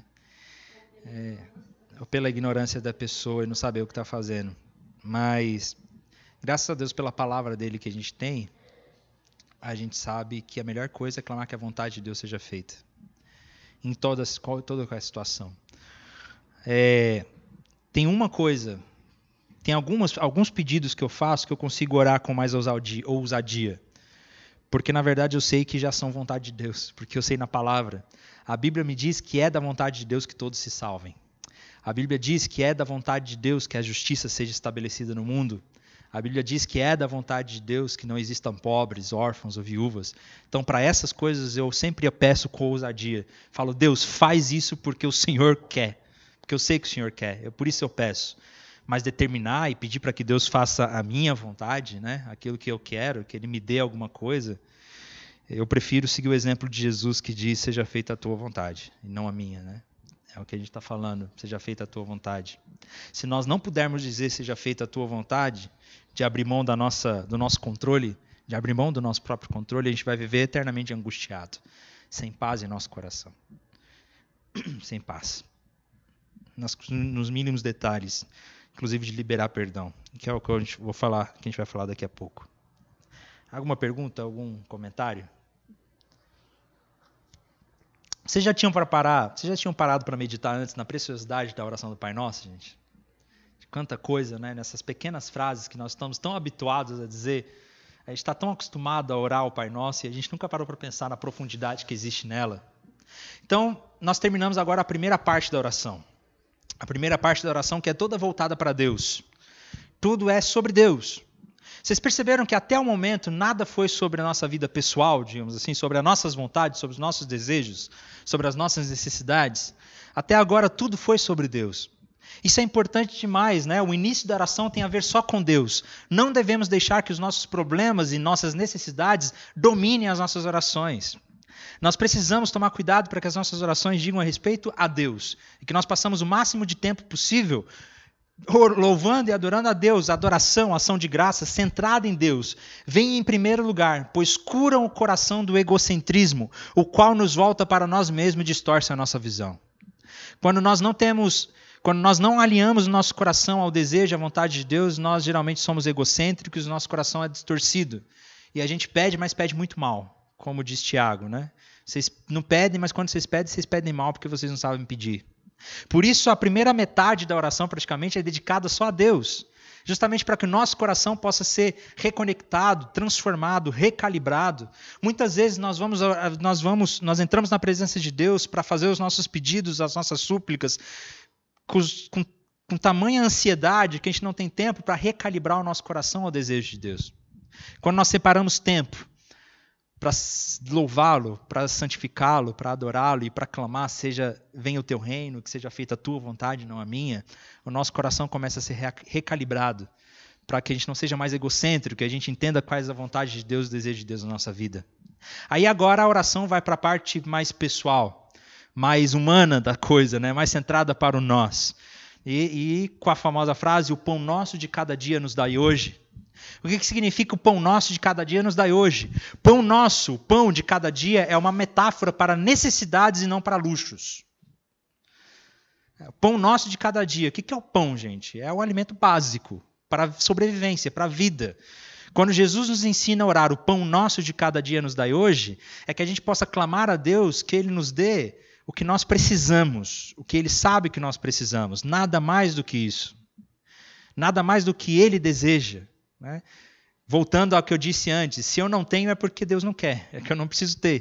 Ou pela ignorância da pessoa e não saber o que está fazendo. Mas, graças a Deus pela palavra dele que a gente tem, a gente sabe que a melhor coisa é clamar que a vontade de Deus seja feita. Em toda a situação. Tem uma coisa, tem alguns pedidos que eu faço que eu consigo orar com mais ousadia. Porque, na verdade, eu sei que já são vontade de Deus. Porque eu sei na palavra. A Bíblia me diz que é da vontade de Deus que todos se salvem. A Bíblia diz que é da vontade de Deus que a justiça seja estabelecida no mundo. A Bíblia diz que é da vontade de Deus que não existam pobres, órfãos ou viúvas. Então, para essas coisas, eu sempre peço com ousadia. Falo, Deus, faz isso porque o Senhor quer. Porque eu sei que o Senhor quer. Por isso eu peço. Mas determinar e pedir para que Deus faça a minha vontade, né? Aquilo que eu quero, que Ele me dê alguma coisa, eu prefiro seguir o exemplo de Jesus que diz, seja feita a tua vontade, e não a minha, né? É o que a gente está falando, seja feita a tua vontade. Se nós não pudermos dizer seja feita a tua vontade, de abrir mão do nosso controle, de abrir mão do nosso próprio controle, a gente vai viver eternamente angustiado, sem paz em nosso coração. Sem paz. Nos mínimos detalhes, inclusive de liberar perdão, que é o que a gente vai falar daqui a pouco. Alguma pergunta, algum comentário? Vocês já tinham parado para meditar antes na preciosidade da oração do Pai Nosso, gente? Quanta coisa, né? Nessas pequenas frases que nós estamos tão habituados a dizer. A gente está tão acostumado a orar o Pai Nosso e a gente nunca parou para pensar na profundidade que existe nela. Então, nós terminamos agora a primeira parte da oração. A primeira parte da oração que é toda voltada para Deus. Tudo é sobre Deus. Vocês perceberam que até o momento nada foi sobre a nossa vida pessoal, digamos assim, sobre as nossas vontades, sobre os nossos desejos, sobre as nossas necessidades. Até agora tudo foi sobre Deus. Isso é importante demais, né? O início da oração tem a ver só com Deus. Não devemos deixar que os nossos problemas e nossas necessidades dominem as nossas orações. Nós precisamos tomar cuidado para que as nossas orações digam a respeito a Deus. E que nós passamos o máximo de tempo possível louvando e adorando a Deus, adoração, ação de graça, centrada em Deus, vem em primeiro lugar, pois curam o coração do egocentrismo, o qual nos volta para nós mesmos e distorce a nossa visão. Quando nós não alinhamos o nosso coração ao desejo, à vontade de Deus, nós geralmente somos egocêntricos, o nosso coração é distorcido. E a gente pede, mas pede muito mal, como diz Tiago, né? Vocês não pedem, mas quando vocês pedem mal porque vocês não sabem pedir. Por isso, a primeira metade da oração, praticamente, é dedicada só a Deus. Justamente para que o nosso coração possa ser reconectado, transformado, recalibrado. Muitas vezes nós entramos na presença de Deus para fazer os nossos pedidos, as nossas súplicas, com tamanha ansiedade que a gente não tem tempo para recalibrar o nosso coração ao desejo de Deus. Quando nós separamos tempo para louvá-lo, para santificá-lo, para adorá-lo e para clamar, venha o teu reino, que seja feita a tua vontade, não a minha, o nosso coração começa a ser recalibrado, para que a gente não seja mais egocêntrico, que a gente entenda quais a vontade de Deus, o desejo de Deus na nossa vida. Aí agora a oração vai para a parte mais pessoal, mais humana da coisa, né? Mais centrada para o nós. E com a famosa frase, o pão nosso de cada dia nos dai hoje. O que significa o pão nosso de cada dia nos dai hoje? Pão nosso, o pão de cada dia, é uma metáfora para necessidades e não para luxos. O pão nosso de cada dia. O que é o pão, gente? É o alimento básico para a sobrevivência, para a vida. Quando Jesus nos ensina a orar, o pão nosso de cada dia nos dai hoje, é que a gente possa clamar a Deus que Ele nos dê o que nós precisamos, o que Ele sabe que nós precisamos. Nada mais do que isso. Nada mais do que Ele deseja. Né? Voltando ao que eu disse antes, se eu não tenho é porque Deus não quer, é que eu não preciso ter.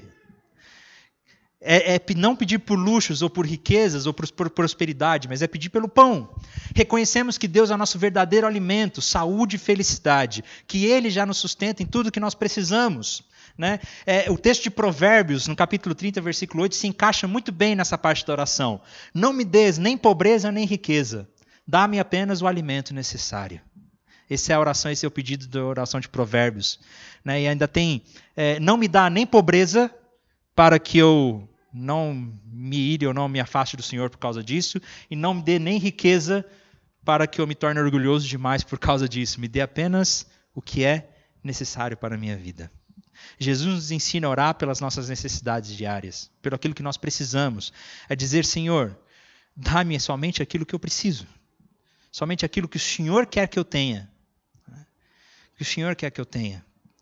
É não pedir por luxos ou por riquezas ou por prosperidade, mas é pedir pelo pão. Reconhecemos que Deus é o nosso verdadeiro alimento, saúde e felicidade, que Ele já nos sustenta em tudo que nós precisamos. Né? O texto de Provérbios, no capítulo 30, versículo 8, se encaixa muito bem nessa parte da oração. Não me des nem pobreza nem riqueza, dá-me apenas o alimento necessário. Essa é a oração, esse é o pedido da oração de Provérbios. Né? E ainda tem, não me dá nem pobreza para que eu não me ire ou não me afaste do Senhor por causa disso, e não me dê nem riqueza para que eu me torne orgulhoso demais por causa disso. Me dê apenas o que é necessário para a minha vida. Jesus nos ensina a orar pelas nossas necessidades diárias, pelo aquilo que nós precisamos. É dizer, Senhor, dá-me somente aquilo que eu preciso. Somente aquilo que o Senhor quer que eu tenha. Que o Senhor quer que eu tenha.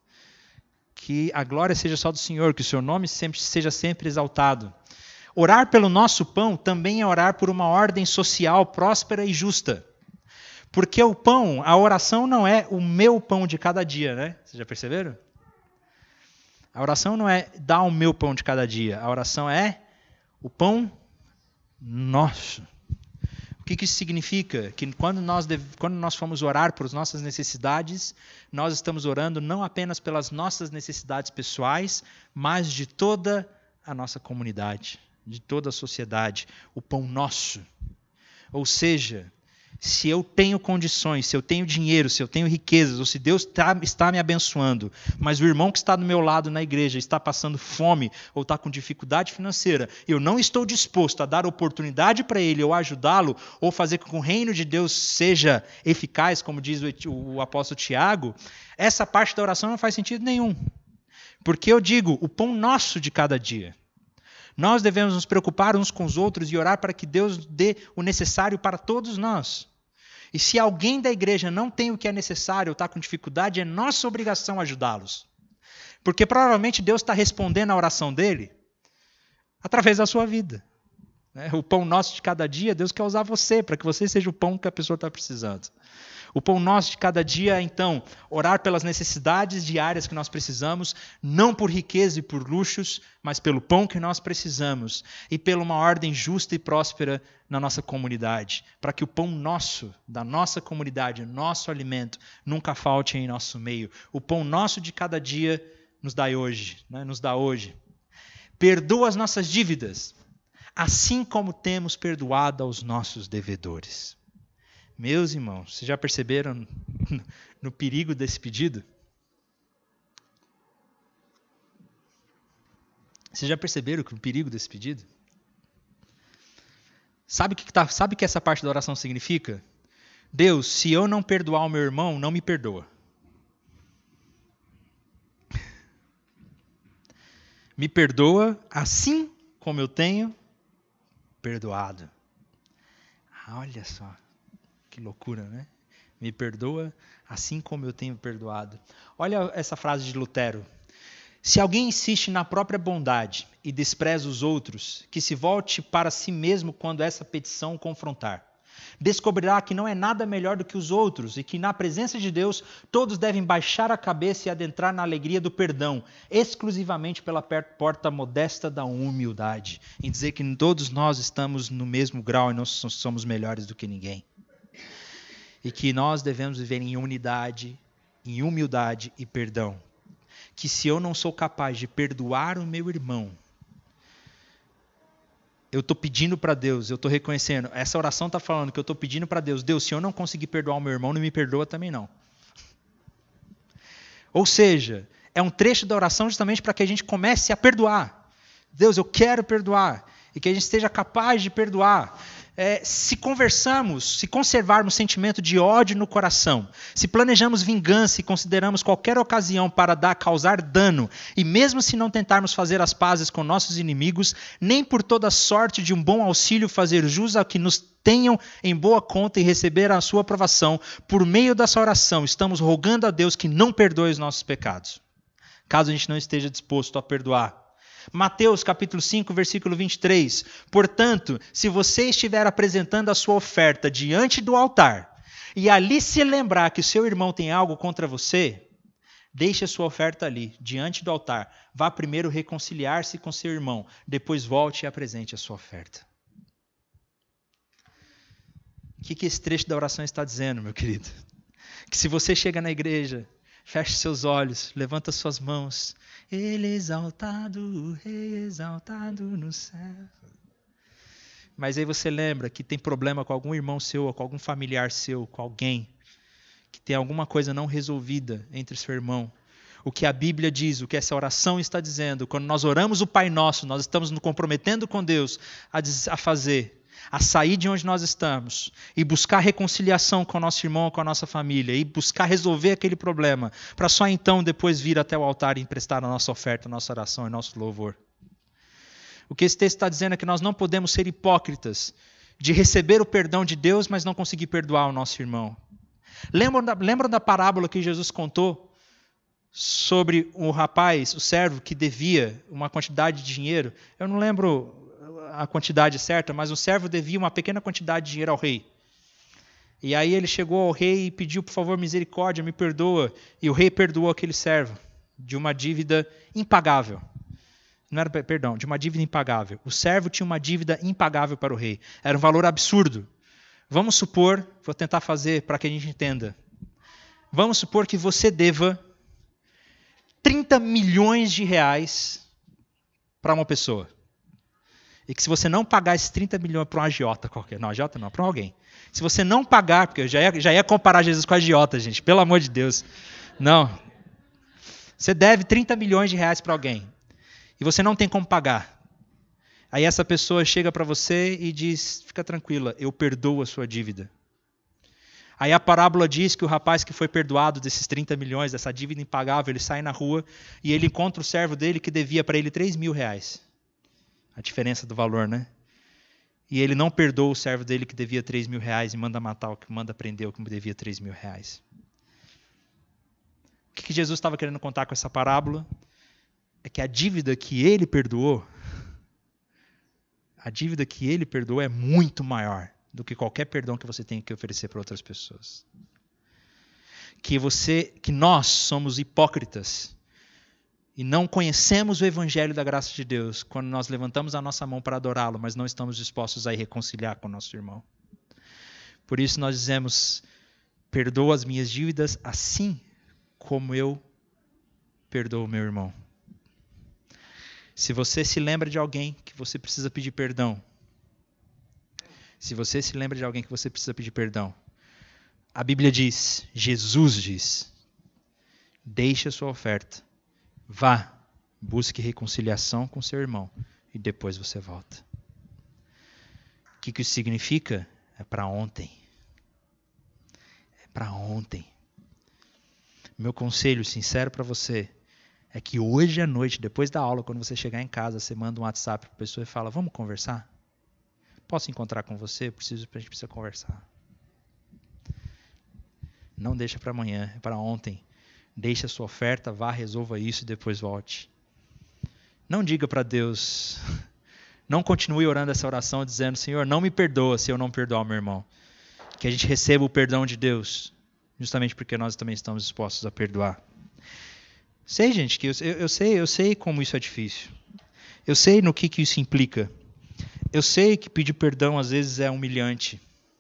Que a glória seja só do Senhor, que o seu nome seja sempre exaltado. Orar pelo nosso pão também é orar por uma ordem social próspera e justa. Porque o pão, a oração não é o meu pão de cada dia, né? Vocês já perceberam? A oração não é dar o meu pão de cada dia. A oração é o pão nosso. O que isso significa? Que quando nós formos orar por nossas necessidades, nós estamos orando não apenas pelas nossas necessidades pessoais, mas de toda a nossa comunidade, de toda a sociedade. O pão nosso. Ou seja, se eu tenho condições, se eu tenho dinheiro, se eu tenho riquezas, ou se Deus está me abençoando, mas o irmão que está do meu lado na igreja está passando fome ou está com dificuldade financeira, eu não estou disposto a dar oportunidade para ele ou ajudá-lo ou fazer com que o reino de Deus seja eficaz, como diz o apóstolo Tiago, essa parte da oração não faz sentido nenhum. Porque eu digo, o pão nosso de cada dia. Nós devemos nos preocupar uns com os outros e orar para que Deus dê o necessário para todos nós. E se alguém da igreja não tem o que é necessário ou está com dificuldade, é nossa obrigação ajudá-los. Porque provavelmente Deus está respondendo a oração dele através da sua vida. O pão nosso de cada dia, Deus quer usar você, para que você seja o pão que a pessoa está precisando. O pão nosso de cada dia é, então, orar pelas necessidades diárias que nós precisamos, não por riqueza e por luxos, mas pelo pão que nós precisamos e pela uma ordem justa e próspera na nossa comunidade, para que o pão nosso, da nossa comunidade, nosso alimento, nunca falte em nosso meio. O pão nosso de cada dia nos dá hoje, né? Nos dá hoje. Perdoa as nossas dívidas, assim como temos perdoado aos nossos devedores. Meus irmãos, vocês já perceberam no perigo desse pedido? Vocês já perceberam o perigo desse pedido? Sabe o que essa parte da oração significa? Deus, se eu não perdoar o meu irmão, não me perdoa. Me perdoa assim como eu tenho perdoado. Olha só, que loucura, né? Me perdoa assim como eu tenho perdoado. Olha essa frase de Lutero. Se alguém insiste na própria bondade e despreza os outros, que se volte para si mesmo quando essa petição o confrontar. Descobrirá que não é nada melhor do que os outros e que, na presença de Deus, todos devem baixar a cabeça e adentrar na alegria do perdão, exclusivamente pela porta modesta da humildade, em dizer que todos nós estamos no mesmo grau e não somos melhores do que ninguém. E que nós devemos viver em unidade, em humildade e perdão. Que se eu não sou capaz de perdoar o meu irmão, eu estou pedindo para Deus, eu estou reconhecendo, essa oração está falando que eu estou pedindo para Deus, Deus, se eu não conseguir perdoar o meu irmão, não me perdoa também não. Ou seja, é um trecho da oração justamente para que a gente comece a perdoar. Deus, eu quero perdoar. E que a gente esteja capaz de perdoar. Se conservarmos sentimento de ódio no coração, se planejamos vingança e consideramos qualquer ocasião para causar dano, e mesmo se não tentarmos fazer as pazes com nossos inimigos, nem por toda sorte de um bom auxílio fazer jus a que nos tenham em boa conta e receber a sua aprovação, por meio dessa oração, estamos rogando a Deus que não perdoe os nossos pecados, caso a gente não esteja disposto a perdoar. Mateus capítulo 5, versículo 23. Portanto, se você estiver apresentando a sua oferta diante do altar, e ali se lembrar que o seu irmão tem algo contra você, deixe a sua oferta ali, diante do altar. Vá primeiro reconciliar-se com seu irmão, depois volte e apresente a sua oferta. O que esse trecho da oração está dizendo, meu querido? Que se você chega na igreja, feche seus olhos, levanta suas mãos. Ele exaltado, o rei exaltado no céu. Mas aí você lembra que tem problema com algum irmão seu, ou com algum familiar seu, com alguém, que tem alguma coisa não resolvida entre seu irmão. O que a Bíblia diz, o que essa oração está dizendo, quando nós oramos o Pai Nosso, nós estamos nos comprometendo com Deus a fazer, a sair de onde nós estamos e buscar reconciliação com o nosso irmão, com a nossa família, e buscar resolver aquele problema, para só então depois vir até o altar e emprestar a nossa oferta, a nossa oração e nosso louvor. O que esse texto está dizendo é que nós não podemos ser hipócritas de receber o perdão de Deus, mas não conseguir perdoar o nosso irmão. Lembram da parábola que Jesus contou sobre o rapaz, o servo, que devia uma quantidade de dinheiro? Eu não lembro a quantidade certa, mas o servo devia uma pequena quantidade de dinheiro ao rei. E aí ele chegou ao rei e pediu, por favor, misericórdia, me perdoa. E o rei perdoou aquele servo de uma dívida impagável. De uma dívida impagável. O servo tinha uma dívida impagável para o rei. Era um valor absurdo. Vamos supor, vou tentar fazer para que a gente entenda. Vamos supor que você deva 30 milhões de reais para uma pessoa. E que se você não pagar esses 30 milhões para um agiota qualquer, não, agiota não, para alguém. Se você não pagar, porque eu já ia comparar Jesus com agiota, gente, pelo amor de Deus. Não. Você deve 30 milhões de reais para alguém. E você não tem como pagar. Aí essa pessoa chega para você e diz, fica tranquila, eu perdoo a sua dívida. Aí a parábola diz que o rapaz que foi perdoado desses 30 milhões, dessa dívida impagável, ele sai na rua e ele encontra o servo dele que devia para ele 3 mil reais. A diferença do valor, né? E ele não perdoa o servo dele que devia 3 mil reais e manda matar, manda prender o que devia 3 mil reais. O que Jesus estava querendo contar com essa parábola? É que a dívida que ele perdoou é muito maior do que qualquer perdão que você tenha que oferecer para outras pessoas. Que nós somos hipócritas e não conhecemos o evangelho da graça de Deus quando nós levantamos a nossa mão para adorá-lo, mas não estamos dispostos a ir reconciliar com o nosso irmão. Por isso nós dizemos, perdoa as minhas dívidas assim como eu perdoo o meu irmão. Se você se lembra de alguém que você precisa pedir perdão, a Bíblia diz, Jesus diz, deixe a sua oferta, vá, busque reconciliação com seu irmão e depois você volta. O que isso significa? É para ontem. para ontem. Meu conselho sincero para você é que hoje à noite, depois da aula, quando você chegar em casa, você manda um WhatsApp para a pessoa e fala, vamos conversar? Posso encontrar com você? A gente precisa conversar. Não deixa para amanhã, é para ontem. Deixa a sua oferta, vá, resolva isso e depois volte. Não diga para Deus, não continue orando essa oração dizendo, Senhor, não me perdoa se eu não perdoar o meu irmão. Que a gente receba o perdão de Deus, justamente porque nós também estamos dispostos a perdoar. Sei, gente, que eu sei como isso é difícil. Eu sei no que isso implica. Eu sei que pedir perdão às vezes é humilhante.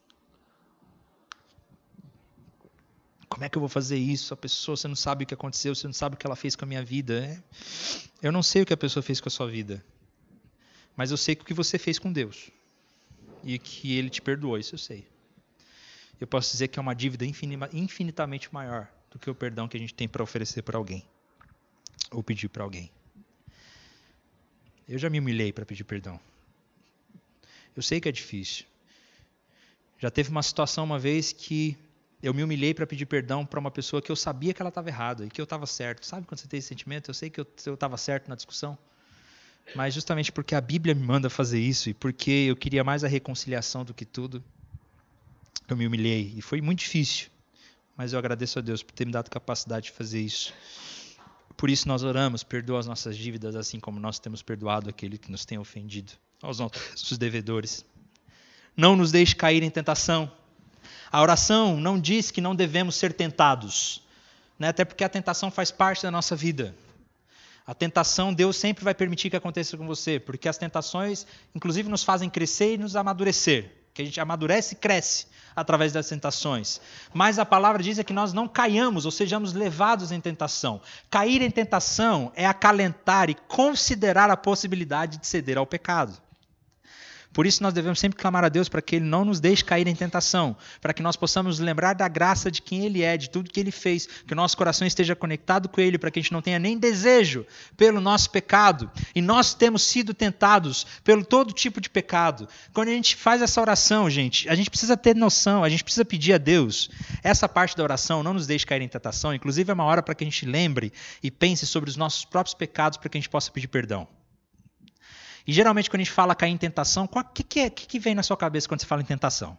Como é que eu vou fazer isso? A pessoa, você não sabe o que aconteceu, você não sabe o que ela fez com a minha vida. Eu não sei o que a pessoa fez com a sua vida. Mas eu sei o que você fez com Deus. E que Ele te perdoou, isso eu sei. Eu posso dizer que é uma dívida infinitamente maior do que o perdão que a gente tem para oferecer para alguém. Ou pedir para alguém. Eu já me humilhei para pedir perdão. Eu sei que é difícil. Já teve uma situação uma vez que eu me humilhei para pedir perdão para uma pessoa que eu sabia que ela estava errada e que eu estava certo. Sabe quando você tem esse sentimento? Eu sei que eu estava certo na discussão. Mas justamente porque a Bíblia me manda fazer isso e porque eu queria mais a reconciliação do que tudo, eu me humilhei. E foi muito difícil. Mas eu agradeço a Deus por ter me dado capacidade de fazer isso. Por isso nós oramos, perdoa as nossas dívidas, assim como nós temos perdoado aquele que nos tem ofendido, aos nossos devedores. Não nos deixe cair em tentação. A oração não diz que não devemos ser tentados, né? Até porque a tentação faz parte da nossa vida. A tentação, Deus sempre vai permitir que aconteça com você, porque as tentações, inclusive, nos fazem crescer e nos amadurecer. Que a gente amadurece e cresce através das tentações. Mas a palavra diz que nós não caiamos ou sejamos levados em tentação. Cair em tentação é acalentar e considerar a possibilidade de ceder ao pecado. Por isso nós devemos sempre clamar a Deus para que Ele não nos deixe cair em tentação, para que nós possamos lembrar da graça de quem Ele é, de tudo que Ele fez, que o nosso coração esteja conectado com Ele, para que a gente não tenha nem desejo pelo nosso pecado. E nós temos sido tentados pelo todo tipo de pecado. Quando a gente faz essa oração, gente, a gente precisa ter noção, a gente precisa pedir a Deus. Essa parte da oração não nos deixe cair em tentação, inclusive é uma hora para que a gente lembre e pense sobre os nossos próprios pecados, para que a gente possa pedir perdão. E geralmente quando a gente fala cair em tentação, o que vem na sua cabeça quando você fala em tentação?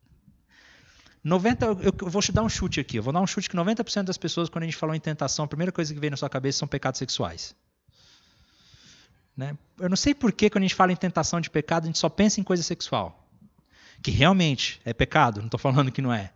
Eu vou te dar um chute aqui. Eu vou dar um chute que 90% das pessoas, quando a gente falou em tentação, a primeira coisa que vem na sua cabeça são pecados sexuais. Né? Eu não sei por que quando a gente fala em tentação de pecado, a gente só pensa em coisa sexual. Que realmente é pecado, não estou falando que não é.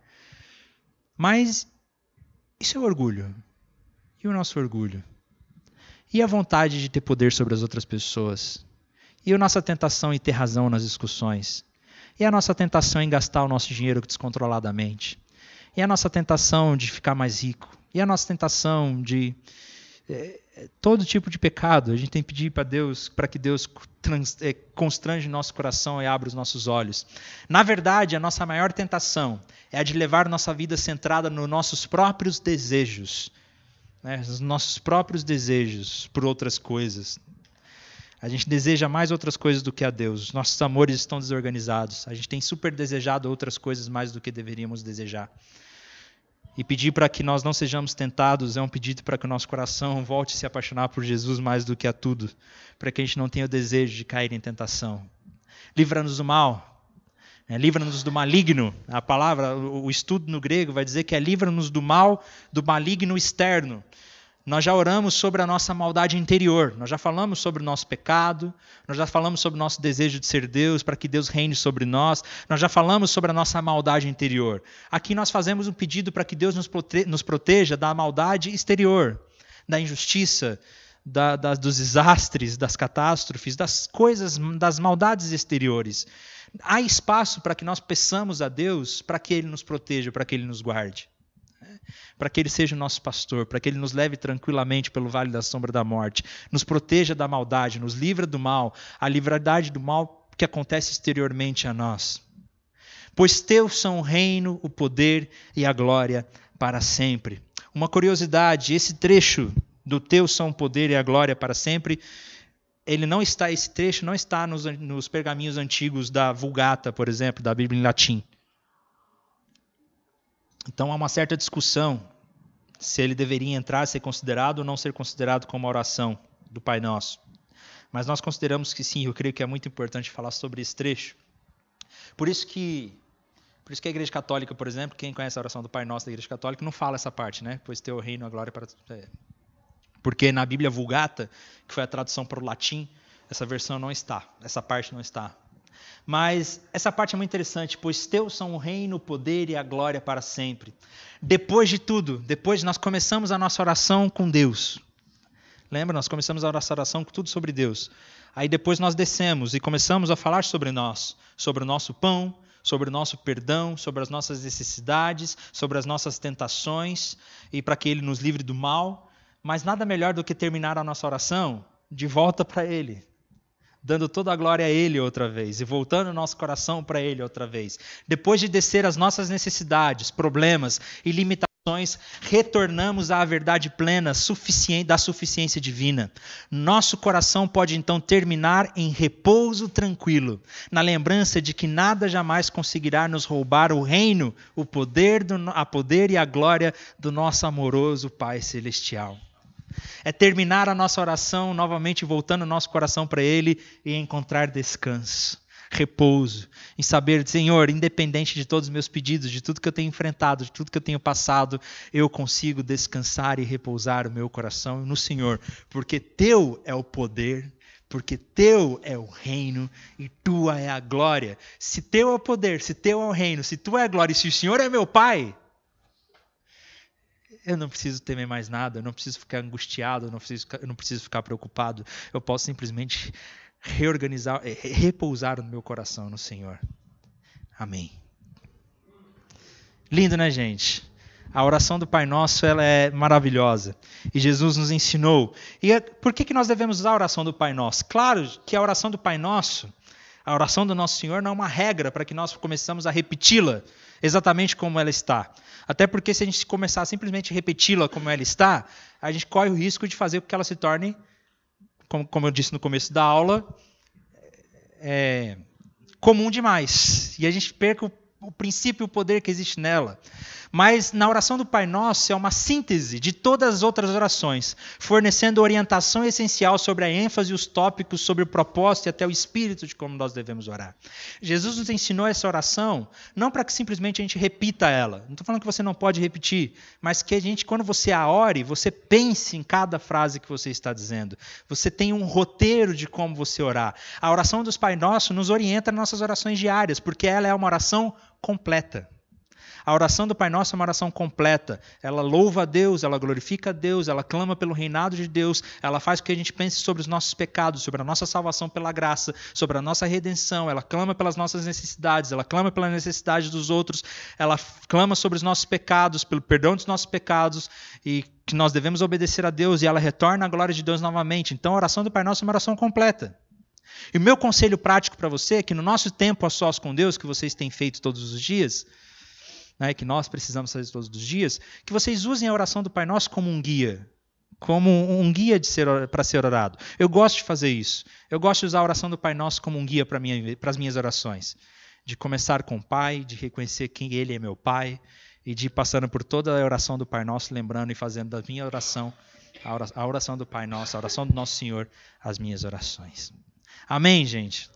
Mas isso é orgulho. E o nosso orgulho? E a vontade de ter poder sobre as outras pessoas? E a nossa tentação em ter razão nas discussões? E a nossa tentação em gastar o nosso dinheiro descontroladamente? E a nossa tentação de ficar mais rico? E a nossa tentação de todo tipo de pecado? A gente tem que pedir para Deus, para que Deus constrange nosso coração e abra os nossos olhos. Na verdade, a nossa maior tentação é a de levar nossa vida centrada nos nossos próprios desejos, né? Os nossos próprios desejos por outras coisas. A gente deseja mais outras coisas do que a Deus. Os nossos amores estão desorganizados. A gente tem super desejado outras coisas mais do que deveríamos desejar. E pedir para que nós não sejamos tentados é um pedido para que o nosso coração volte a se apaixonar por Jesus mais do que a tudo. Para que a gente não tenha o desejo de cair em tentação. Livra-nos do mal. Livra-nos do maligno. A palavra, o estudo no grego vai dizer que é livra-nos do mal, do maligno externo. Nós já oramos sobre a nossa maldade interior, nós já falamos sobre o nosso pecado, nós já falamos sobre o nosso desejo de ser Deus, para que Deus reine sobre nós, nós já falamos sobre a nossa maldade interior. Aqui nós fazemos um pedido para que Deus nos proteja da maldade exterior, da injustiça, dos desastres, das catástrofes, das coisas, das maldades exteriores. Há espaço para que nós peçamos a Deus para que Ele nos proteja, para que Ele nos guarde. Para que Ele seja o nosso pastor, para que Ele nos leve tranquilamente pelo vale da sombra da morte, nos proteja da maldade, nos livra do mal, a livradade do mal que acontece exteriormente a nós. Pois teu são o reino, o poder e a glória para sempre. Uma curiosidade, esse trecho do teu são o poder e a glória para sempre, esse trecho não está nos pergaminhos antigos da Vulgata, por exemplo, da Bíblia em latim. Então há uma certa discussão se ele deveria entrar, ser considerado ou não ser considerado como a oração do Pai Nosso. Mas nós consideramos que sim, eu creio que é muito importante falar sobre esse trecho. Por isso que a Igreja Católica, por exemplo, quem conhece a oração do Pai Nosso da Igreja Católica, não fala essa parte, né? Pois teu reino, a glória para... Porque na Bíblia Vulgata, que foi a tradução para o latim, essa versão não está, essa parte não está. Mas essa parte é muito interessante, pois teus são o reino, o poder e a glória para sempre. Depois de tudo, depois nós começamos a nossa oração com Deus. Lembra? Nós começamos a nossa oração com tudo sobre Deus. Aí depois nós descemos e começamos a falar sobre nós, sobre o nosso pão, sobre o nosso perdão, sobre as nossas necessidades, sobre as nossas tentações e para que Ele nos livre do mal. Mas nada melhor do que terminar a nossa oração de volta para Ele, dando toda a glória a Ele outra vez e voltando o nosso coração para Ele outra vez. Depois de descer as nossas necessidades, problemas e limitações, retornamos à verdade plena da suficiência divina. Nosso coração pode então terminar em repouso tranquilo, na lembrança de que nada jamais conseguirá nos roubar o reino, a poder e a glória do nosso amoroso Pai Celestial. É terminar a nossa oração novamente voltando o nosso coração para Ele e encontrar descanso, repouso, em saber, Senhor, independente de todos os meus pedidos, de tudo que eu tenho enfrentado, de tudo que eu tenho passado, eu consigo descansar e repousar o meu coração no Senhor, porque Teu é o poder, porque Teu é o reino e Tua é a glória. Se Teu é o poder, se Teu é o reino, se Tua é a glória e se o Senhor é meu Pai, eu não preciso temer mais nada, eu não preciso ficar angustiado, eu não preciso ficar preocupado. Eu posso simplesmente repousar no meu coração no Senhor. Amém. Lindo, né, gente? A oração do Pai Nosso, ela é maravilhosa. E Jesus nos ensinou. E por que nós devemos usar a oração do Pai Nosso? Claro que a oração do Pai Nosso, a oração do Nosso Senhor, não é uma regra para que nós começamos a repeti-la exatamente como ela está. Até porque se a gente começar simplesmente a repeti-la como ela está, a gente corre o risco de fazer com que ela se torne, como eu disse no começo da aula, comum demais. E a gente perca o princípio e o poder que existe nela. Mas na oração do Pai Nosso é uma síntese de todas as outras orações, fornecendo orientação essencial sobre a ênfase e os tópicos, sobre o propósito e até o espírito de como nós devemos orar. Jesus nos ensinou essa oração não para que simplesmente a gente repita ela. Não estou falando que você não pode repetir, mas que a gente, quando você a ore, você pense em cada frase que você está dizendo. Você tem um roteiro de como você orar. A oração dos Pai Nosso nos orienta nas nossas orações diárias, porque ela é uma oração completa. A oração do Pai Nosso é uma oração completa. Ela louva a Deus, ela glorifica a Deus, ela clama pelo reinado de Deus, ela faz com que a gente pense sobre os nossos pecados, sobre a nossa salvação pela graça, sobre a nossa redenção, ela clama pelas nossas necessidades, ela clama pela necessidade dos outros, ela clama sobre os nossos pecados, pelo perdão dos nossos pecados e que nós devemos obedecer a Deus e ela retorna à glória de Deus novamente. Então a oração do Pai Nosso é uma oração completa. E o meu conselho prático para você é que no nosso tempo a sós com Deus, que vocês têm feito todos os dias, né, que nós precisamos fazer todos os dias, que vocês usem a oração do Pai Nosso como um guia para ser orado. Eu gosto de fazer isso. Eu gosto de usar a oração do Pai Nosso como um guia para as minhas orações. De começar com o Pai, de reconhecer quem Ele é meu Pai, e de ir passando por toda a oração do Pai Nosso, lembrando e fazendo da minha oração, a oração do Pai Nosso, a oração do Nosso Senhor, as minhas orações. Amém, gente?